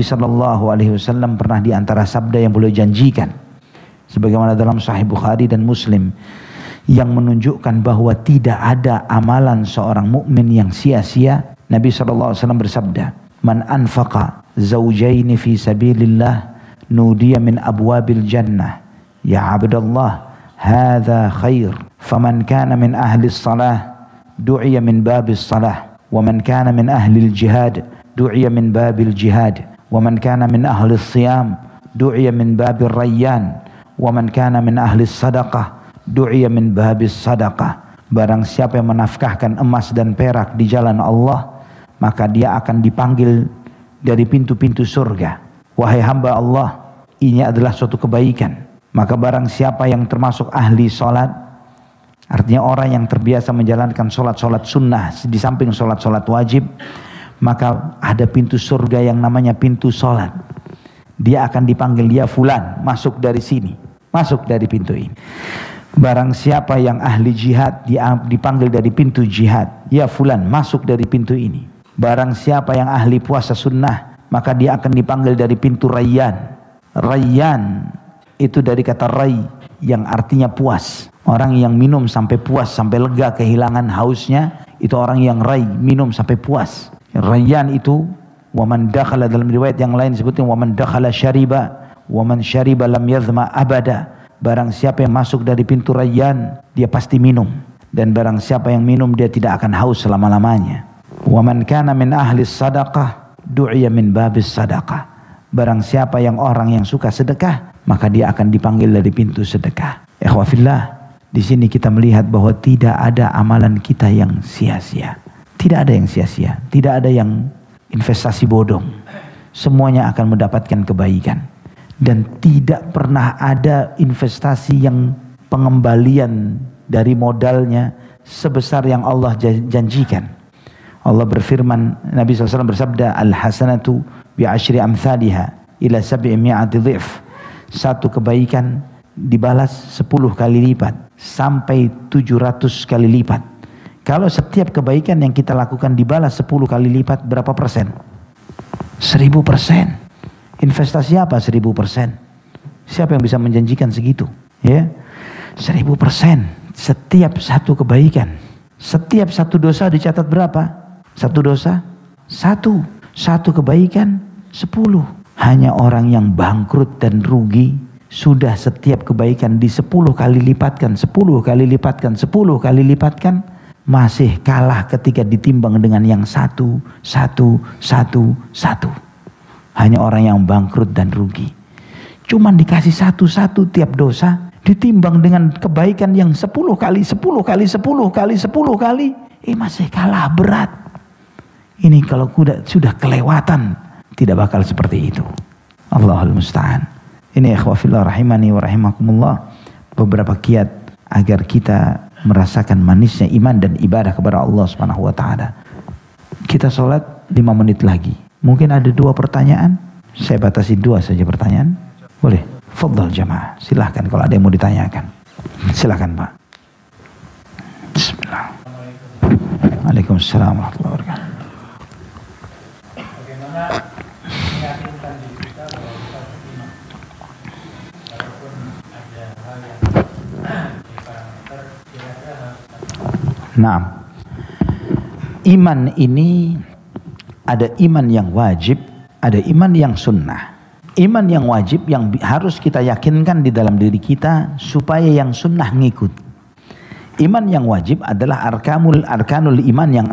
SAW pernah di antara sabda yang beliau janjikan, sebagaimana dalam Sahih Bukhari dan Muslim, yang menunjukkan bahwa tidak ada amalan seorang mukmin yang sia-sia. Nabi SAW bersabda, "Man anfaqa zawjaini fi sabilillah nudiya min abwabil jannah, ya abdallah hadha khair, faman kana min ahli salah du'iya min babis salah, wa man kana min ahli jihad du'iya min babil jihad, wa man kana min ahli siyam du'iya min babil rayyan, wa man kana min ahli sadaqah du'iya min babis sadaqah." Barang siapa yang menafkahkan emas dan perak di jalan Allah, maka dia akan dipanggil dari pintu-pintu surga. Wahai hamba Allah, ini adalah suatu kebaikan. Maka barang siapa yang termasuk ahli sholat, artinya orang yang terbiasa menjalankan sholat-sholat sunnah di samping sholat-sholat wajib, maka ada pintu surga yang namanya pintu sholat. Dia akan dipanggil, dia fulan, masuk dari sini, masuk dari pintu ini. Barang siapa yang ahli jihad, dia dipanggil dari pintu jihad. Ya fulan, masuk dari pintu ini. Barang siapa yang ahli puasa sunnah, maka dia akan dipanggil dari pintu rayyan. Rayyan itu dari kata ray, yang artinya puas. Orang yang minum sampai puas, sampai lega, kehilangan hausnya, itu orang yang ray, minum sampai puas. Rayyan itu waman dakhala, dalam riwayat yang lain disebutkan waman dakhala syariba waman syariba lam yadhma abada. Barang siapa yang masuk dari pintu rayyan, dia pasti minum, dan barang siapa yang minum, dia tidak akan haus selama-lamanya. Waman kana min ahli sadaqah du'iya min babis sadaqah. Barang siapa yang orang yang suka sedekah, maka dia akan dipanggil dari pintu sedekah. Ikhwafillah, di sini kita melihat bahwa tidak ada amalan kita yang sia-sia. Tidak ada yang sia-sia, tidak ada yang investasi bodong. Semuanya akan mendapatkan kebaikan. Dan tidak pernah ada investasi yang pengembalian dari modalnya sebesar yang Allah janjikan. Allah berfirman, Nabi SAW bersabda, Al-hasanatu bi'ashri amthaliha ila 700 dhif. Satu kebaikan dibalas 10 kali lipat sampai 700 kali lipat. Kalau setiap kebaikan yang kita lakukan dibalas 10 kali lipat, berapa persen? 1000%. Investasi apa 1000%? Siapa yang bisa menjanjikan segitu? Ya, 1000%. Setiap satu kebaikan. Setiap satu dosa dicatat berapa? Satu dosa? Satu kebaikan 10. Hanya orang yang bangkrut dan rugi, sudah setiap kebaikan di 10 kali lipatkan, 10 kali lipatkan, 10 kali lipatkan, masih kalah ketika ditimbang dengan yang satu. Hanya orang yang bangkrut dan rugi. Cuman dikasih satu tiap dosa, ditimbang dengan kebaikan yang 10 kali, masih kalah berat. Ini kalau sudah kelewatan, tidak bakal seperti itu. Allahul musta'an. Ini ikhwafillah rahimani wa rahimakumullah, beberapa kiat agar kita merasakan manisnya iman dan ibadah kepada Allah Subhanahu wa taala. Kita sholat 5 menit lagi. Mungkin ada 2 pertanyaan. Saya batasi 2 saja pertanyaan. Boleh? Fadhal jamaah. Silahkan kalau ada yang mau ditanyakan. Silahkan Pak. Bismillah. Waalaikumsalam warahmatullahi wabarakatuh. Bagaimana meyakinkan diri kita bahwa kita beriman? Walaupun ada hal yang di parameter kira-kira harus. Nah, iman ini ada iman yang wajib, ada iman yang sunnah. Iman yang wajib yang harus kita yakinkan di dalam diri kita supaya yang sunnah ngikut. Iman yang wajib adalah arkanul iman yang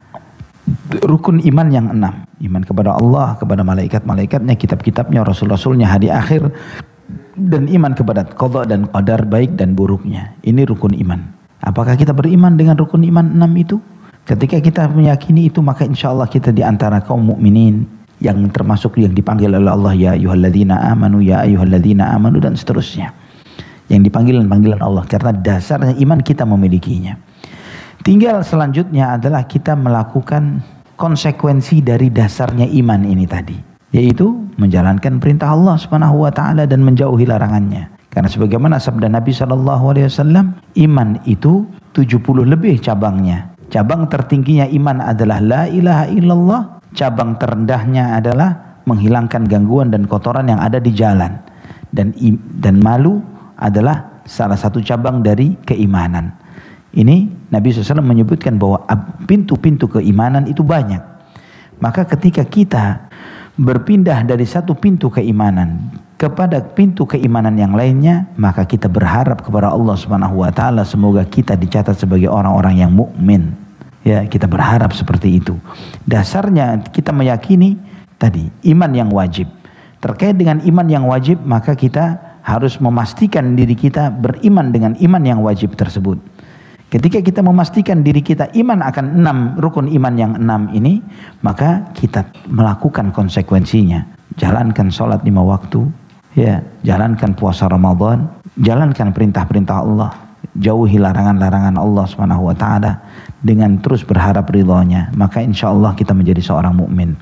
6. Rukun iman yang 6. Iman kepada Allah, kepada malaikat-malaikatnya, kitab-kitabnya, rasul-rasulnya, hari akhir, dan iman kepada qada dan qadar baik dan buruknya. Ini rukun iman. Apakah kita beriman dengan rukun iman 6 itu? Ketika kita meyakini itu, maka insya Allah kita di antara kaum mukminin yang termasuk yang dipanggil oleh Allah, ya ayyuhalladzina amanu, ya ayyuhalladzina amanu, dan seterusnya. Yang dipanggil panggilan Allah, karena dasarnya iman kita memilikinya. Tinggal selanjutnya adalah kita melakukan konsekuensi dari dasarnya iman ini tadi, yaitu menjalankan perintah Allah Subhanahu wa taala dan menjauhi larangannya. Karena sebagaimana sabda Nabi SAW, iman itu 70 lebih cabangnya. Cabang tertingginya iman adalah la ilaha illallah. Cabang terendahnya adalah menghilangkan gangguan dan kotoran yang ada di jalan. Dan malu adalah salah satu cabang dari keimanan. Ini Nabi SAW menyebutkan bahwa pintu-pintu keimanan itu banyak. Maka ketika kita berpindah dari satu pintu keimanan kepada pintu keimanan yang lainnya, maka kita berharap kepada Allah Subhanahu wa taala semoga kita dicatat sebagai orang-orang yang mukmin. Ya, kita berharap seperti itu. Dasarnya kita meyakini tadi iman yang wajib. Terkait dengan iman yang wajib, maka kita harus memastikan diri kita beriman dengan iman yang wajib tersebut. Ketika kita memastikan diri kita iman akan 6 rukun iman yang 6 ini, maka kita melakukan konsekuensinya. Jalankan sholat 5 waktu, ya, jalankan puasa Ramadan, jalankan perintah-perintah Allah, jauhi larangan-larangan Allah Subhanahu wa taala dengan terus berharap ridhonya, maka insya Allah kita menjadi seorang mukmin.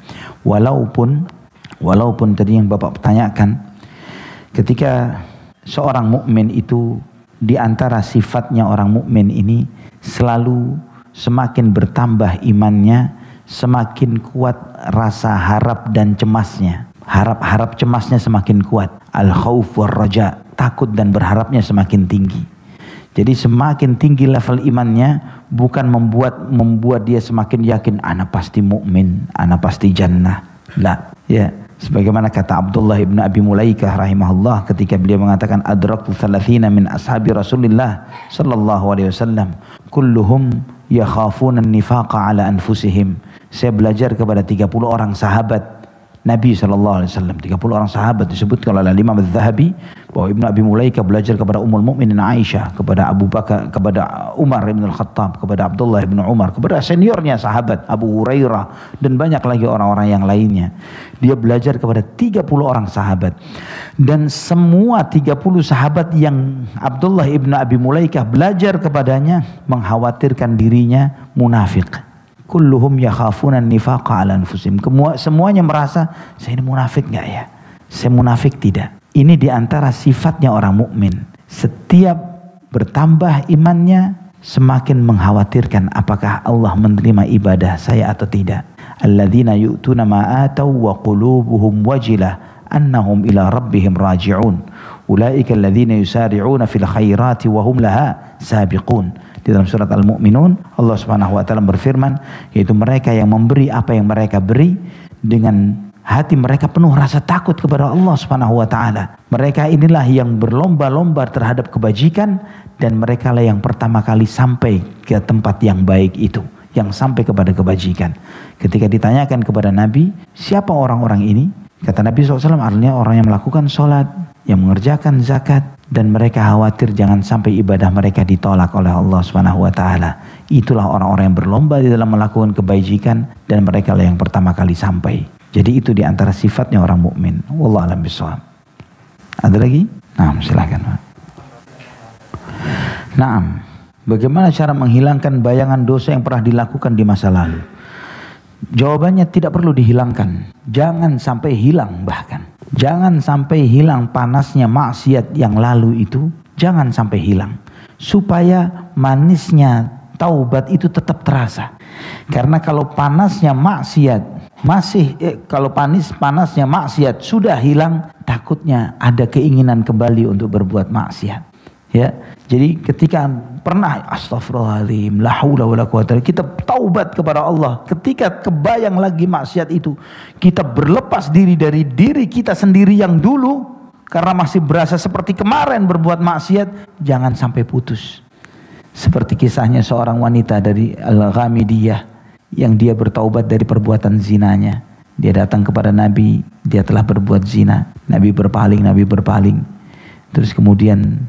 Walaupun tadi yang Bapak tanyakan, ketika seorang mukmin itu di antara sifatnya orang mukmin ini selalu semakin bertambah imannya, semakin kuat rasa harap dan cemasnya. Harap cemasnya semakin kuat. Al-khauf war raja, takut dan berharapnya semakin tinggi. Jadi semakin tinggi level imannya, bukan membuat dia semakin yakin ana pasti mukmin, ana pasti jannah. La, ya. Sebagaimana kata Abdullah ibn Abi Mulaikah rahimahullah ketika beliau mengatakan adraktu 30 min ashabi Rasulillah sallallahu alaihi wasallam kulluhum yakhafuna an-nifaqa ala anfusihim. Saya belajar kepada 30 orang sahabat Nabi SAW, 30 orang sahabat disebutkan oleh Imam Az-Zahabi bahwa Ibnu Abi Mulaikah belajar kepada Ummul Mukminin Aisyah, kepada Abu Bakar, kepada Umar bin Al-Khattab, kepada Abdullah bin Umar, kepada seniornya sahabat Abu Hurairah dan banyak lagi orang-orang yang lainnya. Dia belajar kepada 30 orang sahabat, dan semua 30 sahabat yang Abdullah ibn Abi Mulaikah belajar kepadanya mengkhawatirkan dirinya munafik. Kulluhum yakhafuna an-nifaqa ala anfusihim. Semuanya merasa, saya ini munafik enggak ya? Saya munafik tidak. Ini diantara sifatnya orang mukmin. Setiap bertambah imannya, semakin mengkhawatirkan apakah Allah menerima ibadah saya atau tidak. Alladzina yu'tuna ma atau wa qulubuhum wajilah annahum ila rabbihim raji'un. Ulaika alladzina yusari'una fil khairati wa hum laha sabiqun. Di dalam surat Al-Mu'minun Allah Subhanahu wa taala berfirman, yaitu mereka yang memberi apa yang mereka beri dengan hati mereka penuh rasa takut kepada Allah Subhanahu wa taala. Mereka inilah yang berlomba-lomba terhadap kebajikan, dan mereka lah yang pertama kali sampai ke tempat yang baik itu, yang sampai kepada kebajikan. Ketika ditanyakan kepada Nabi, siapa orang-orang ini? Kata Nabi SAW, artinya orang yang melakukan sholat, yang mengerjakan zakat, dan mereka khawatir jangan sampai ibadah mereka ditolak oleh Allah Subhanahu wa taala. Itulah orang-orang yang berlomba di dalam melakukan kebajikan, dan mereka lah yang pertama kali sampai. Jadi itu di antara sifatnya orang mukmin. Wallahu a'lam bishawab. Ada lagi? Nah, silakan, Pak. Naam. Bagaimana cara menghilangkan bayangan dosa yang pernah dilakukan di masa lalu? Jawabannya tidak perlu dihilangkan. Jangan sampai hilang bahkan. Jangan sampai hilang panasnya maksiat yang lalu itu. Jangan sampai hilang. Supaya manisnya taubat itu tetap terasa. Karena kalau panasnya maksiat panasnya maksiat sudah hilang, takutnya ada keinginan kembali untuk berbuat maksiat. Ya, jadi ketika pernah astagfirullahaladzim, la haula wala quwata, kita taubat kepada Allah. Ketika kebayang lagi maksiat itu, kita berlepas diri dari diri kita sendiri yang dulu, karena masih berasa seperti kemarin berbuat maksiat. Jangan sampai putus. Seperti kisahnya seorang wanita dari Al-Ghamidiyah yang dia bertaubat dari perbuatan zinanya. Dia datang kepada Nabi, dia telah berbuat zina. Nabi berpaling. Terus kemudian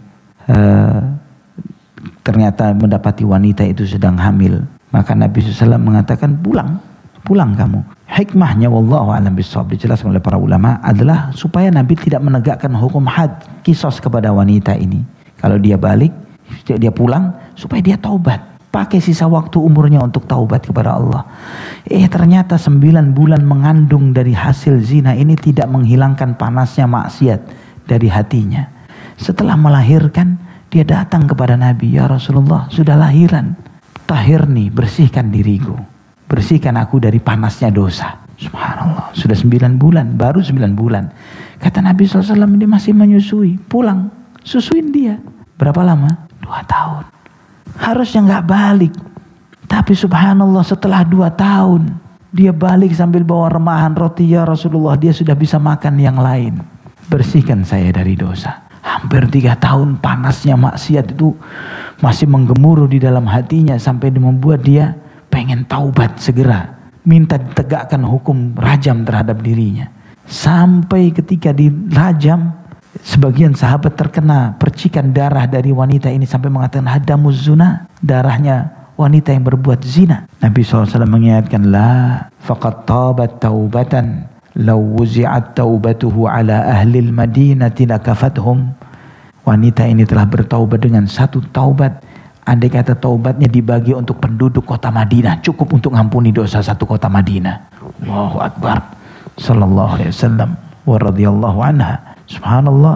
ternyata mendapati wanita itu sedang hamil. Maka Nabi SAW mengatakan, pulang kamu. Hikmahnya wallahu a'lam bishawab, dijelaskan oleh para ulama, adalah supaya Nabi tidak menegakkan hukum had, kisos kepada wanita ini. Kalau dia balik, dia pulang, supaya dia taubat. Pakai sisa waktu umurnya untuk taubat kepada Allah. Ternyata 9 bulan mengandung dari hasil zina ini tidak menghilangkan panasnya maksiat dari hatinya. Setelah melahirkan, dia datang kepada Nabi, ya Rasulullah, sudah lahiran. Tahirni, bersihkan diriku. Bersihkan aku dari panasnya dosa. Subhanallah, sudah 9 bulan, baru 9 bulan. Kata Nabi SAW, dia masih menyusui. Pulang, susuin dia. Berapa lama? 2 tahun. Harusnya nggak balik, tapi subhanallah setelah 2 tahun dia balik sambil bawa remahan roti, ya Rasulullah, dia sudah bisa makan yang lain. Bersihkan saya dari dosa. Hampir 3 tahun panasnya maksiat itu masih menggemuruh di dalam hatinya, sampai membuat dia pengen taubat segera, minta ditegakkan hukum rajam terhadap dirinya. Sampai ketika dirajam, sebagian sahabat terkena percikan darah dari wanita ini sampai mengatakan hadamuz zina, darahnya wanita yang berbuat zina. Nabi SAW mengingatkan, la faqad tabat taubatan law wuzi'at taubatuhu ala ahli al-madinati lakafathum. Wanita ini telah bertaubat dengan satu taubat. Andai kata taubatnya dibagi untuk penduduk kota Madinah, cukup untuk mengampuni dosa satu kota Madinah. Allahu Akbar. Sallallahu alaihi wasallam wa radhiyallahu anha. Subhanallah,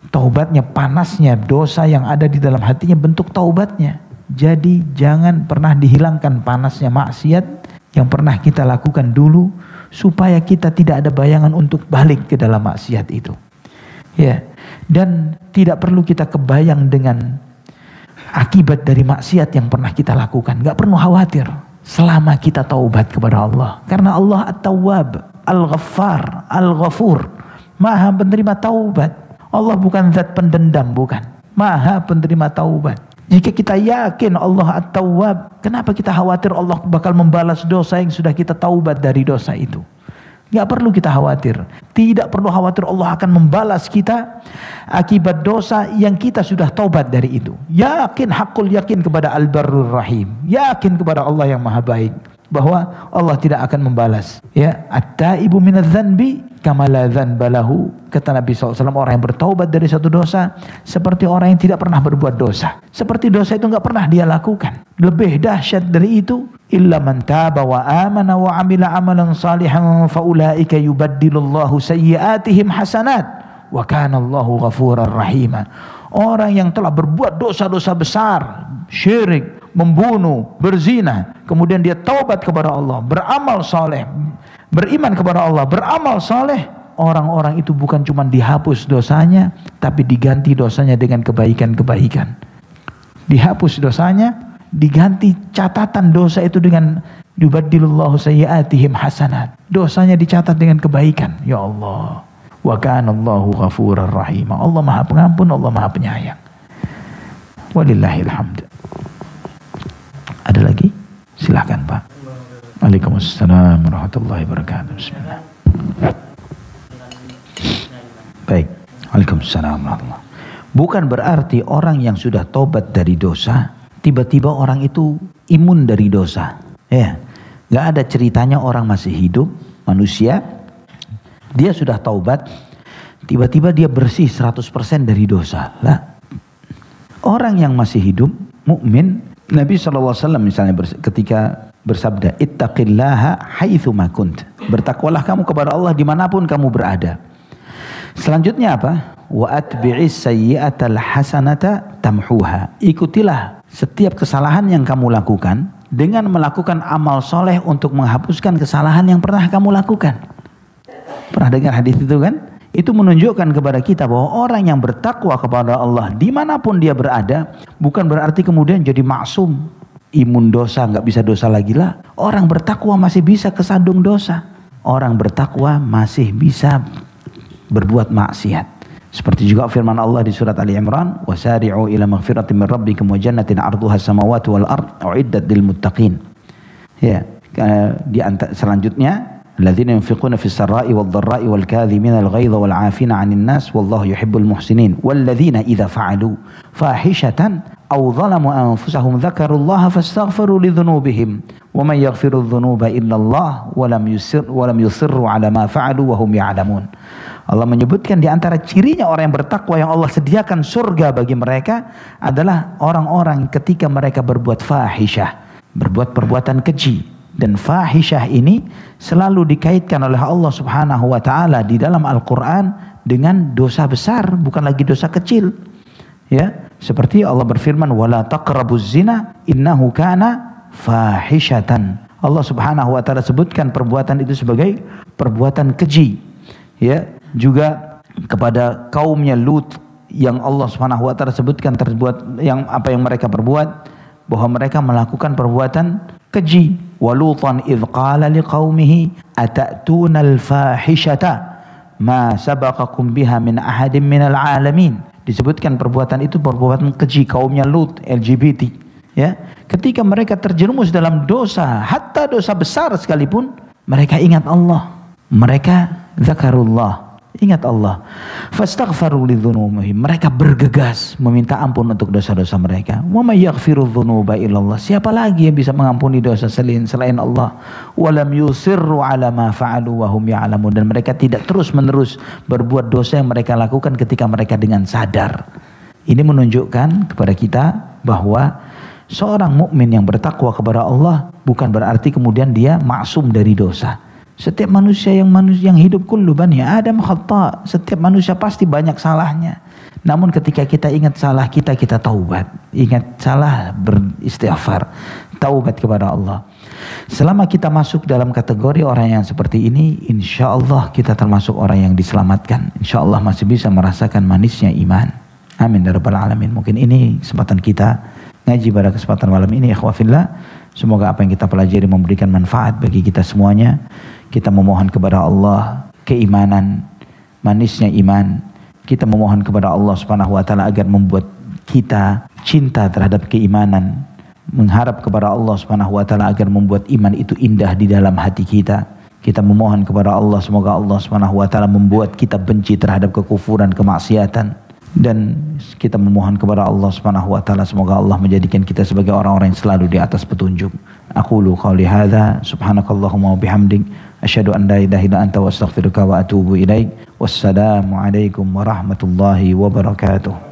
Taubatnya, panasnya dosa yang ada di dalam hatinya bentuk taubatnya. Jadi jangan pernah dihilangkan panasnya maksiat yang pernah kita lakukan dulu, supaya kita tidak ada bayangan untuk balik ke dalam maksiat itu. Ya, dan tidak perlu kita kebayang dengan akibat dari maksiat yang pernah kita lakukan. Gak perlu khawatir selama kita taubat kepada Allah. Karena Allah At-Tawwab, Al-Ghaffar, Al-Ghafur, Maha penerima taubat. Allah bukan zat pendendam, bukan. Maha penerima taubat. Jika kita yakin Allah At-Tawwab, kenapa kita khawatir Allah bakal membalas dosa yang sudah kita taubat dari dosa itu? Gak perlu kita khawatir. Tidak perlu khawatir Allah akan membalas kita akibat dosa yang kita sudah taubat dari itu. Yakin, hakul yakin kepada Al-Barrur Rahim. Yakin kepada Allah yang maha baik, bahwa Allah tidak akan membalas. Ya, at-taibu minadz-dzanbi kama la dzanba lahu. Kata Nabi SAW, orang yang bertaubat dari satu dosa seperti orang yang tidak pernah berbuat dosa. Seperti dosa itu nggak pernah dia lakukan. Lebih dahsyat dari itu, illa man taba wa amana wa amila amalan salihan fa ulaika yubaddilullahu sayyi'atihim hasanat wa kana Allahu ghafurar rahima. Orang yang telah berbuat dosa-dosa besar, syirik, membunuh, berzina, kemudian dia taubat kepada Allah, beramal saleh, beriman kepada Allah, beramal saleh, orang-orang itu bukan cuma dihapus dosanya, tapi diganti dosanya dengan kebaikan-kebaikan. Dihapus dosanya, diganti catatan dosa itu dengan yubaddilullahu sayyi'atihim hasanat. Dosanya dicatat dengan kebaikan. Ya Allah. Wa kana Allahu ghafurar rahim. Allah Maha Pengampun, Allah Maha Penyayang. Walillahil hamd. Ada lagi? Silakan Pak. Waalaikumsalam warahmatullahi wabarakatuh. Bismillah. Baik. Waalaikumsalam warahmatullahi. Bukan berarti orang yang sudah tobat dari dosa, tiba-tiba orang itu imun dari dosa. Ya. Gak ada ceritanya orang masih hidup, manusia, dia sudah taubat, tiba-tiba dia bersih 100% dari dosa. Lah. Orang yang masih hidup, mukmin, Nabi SAW misalnya ketika bersabda, ittaqillaha haitsu ma kunt. Bertakwalah kamu kepada Allah dimanapun kamu berada. Selanjutnya apa? Wa atbi'is sayyi'atal hasanata tamhuha. Ikutilah setiap kesalahan yang kamu lakukan dengan melakukan amal soleh untuk menghapuskan kesalahan yang pernah kamu lakukan. Pernah dengar hadis itu kan? Itu menunjukkan kepada kita bahwa orang yang bertakwa kepada Allah dimanapun dia berada, bukan berarti kemudian jadi maksum, imun dosa, nggak bisa dosa lagi lah. Orang bertakwa masih bisa kesandung dosa. Orang bertakwa masih bisa berbuat maksiat. Seperti juga firman Allah di surat Ali Imran, wasari'u ila maghfiratin min rabbikum wa jannatin 'arduha as-samawati wal ard u'iddat lil muttaqin. Ya, selanjutnya alladzina yunfiquna fis sarai wad dharra'i wal kadhimina al ghaidha wal 'afina 'anil nas wallahu yuhibbul muhsinin walladzina idza fa'alu fahishatan aw zalamu anfusahum dzakarullaha fastaghfiru lidzunubihim wa man yaghfiru dzunuba illa Allah wa lam yusirru 'ala ma fa'alu wa hum ya'lamun. Allah menyebutkan di antara cirinya orang yang bertakwa yang Allah sediakan surga bagi mereka adalah orang-orang ketika mereka berbuat fahisyah, berbuat perbuatan keji. Dan fahisyah ini selalu dikaitkan oleh Allah Subhanahu wa taala di dalam Al-Qur'an dengan dosa besar, bukan lagi dosa kecil. Ya, seperti Allah berfirman wala taqrabuz zina innahu kana fahishatan. Allah Subhanahu wa taala sebutkan perbuatan itu sebagai perbuatan keji. Ya, juga kepada kaumnya Lut yang Allah Subhanahu wa taala sebutkan terbuat yang apa yang mereka perbuat, bahwa mereka melakukan perbuatan keji. Walutan idh qala liqaumihi atatuna al-fahishata ma sabaqakum biha min ahadin minal alamin. Disebutkan perbuatan itu perbuatan keji kaumnya Lut, LGBT. Ya, ketika mereka terjerumus dalam dosa, hatta dosa besar sekalipun, mereka ingat Allah, mereka zakarullah, ingat Allah. Fastaghfaru lidzunubihim. Mereka bergegas meminta ampun untuk dosa-dosa mereka. Wa may yaghfiru dzunuba illallah. Siapa lagi yang bisa mengampuni dosa selain Allah? Wa lam yusirru ala ma fa'alu wa hum ya'lamun. Dan mereka tidak terus-menerus berbuat dosa yang mereka lakukan ketika mereka dengan sadar. Ini menunjukkan kepada kita bahwa seorang mukmin yang bertakwa kepada Allah bukan berarti kemudian dia maksum dari dosa. Setiap manusia yang hidup kullu bani Adam khata'. Setiap manusia pasti banyak salahnya. Namun ketika kita ingat salah kita taubat. Ingat salah, beristighfar, taubat kepada Allah. Selama kita masuk dalam kategori orang yang seperti ini, insya Allah kita termasuk orang yang diselamatkan. Insya Allah masih bisa merasakan manisnya iman. Amin ya rabbal alamin. Mungkin ini kesempatan kita ngaji pada kesempatan malam ini, ikhwah fillah. Semoga apa yang kita pelajari memberikan manfaat bagi kita semuanya. Kita memohon kepada Allah keimanan, manisnya iman. Kita memohon kepada Allah Subhanahu wa taala agar membuat kita cinta terhadap keimanan, mengharap kepada Allah Subhanahu wa taala agar membuat iman itu indah di dalam hati kita. Kita memohon kepada Allah semoga Allah Subhanahu wa taala membuat kita benci terhadap kekufuran, kemaksiatan, dan kita memohon kepada Allah Subhanahu wa taala semoga Allah menjadikan kita sebagai orang-orang yang selalu di atas petunjuk. Aqulu qouli hadza subhanakallahumma wa bihamdik asyhadu an la ilaha illa anta wa astaghfiruka wa atubu ilaik. Wassalamu alaikum warahmatullahi wabarakatuh.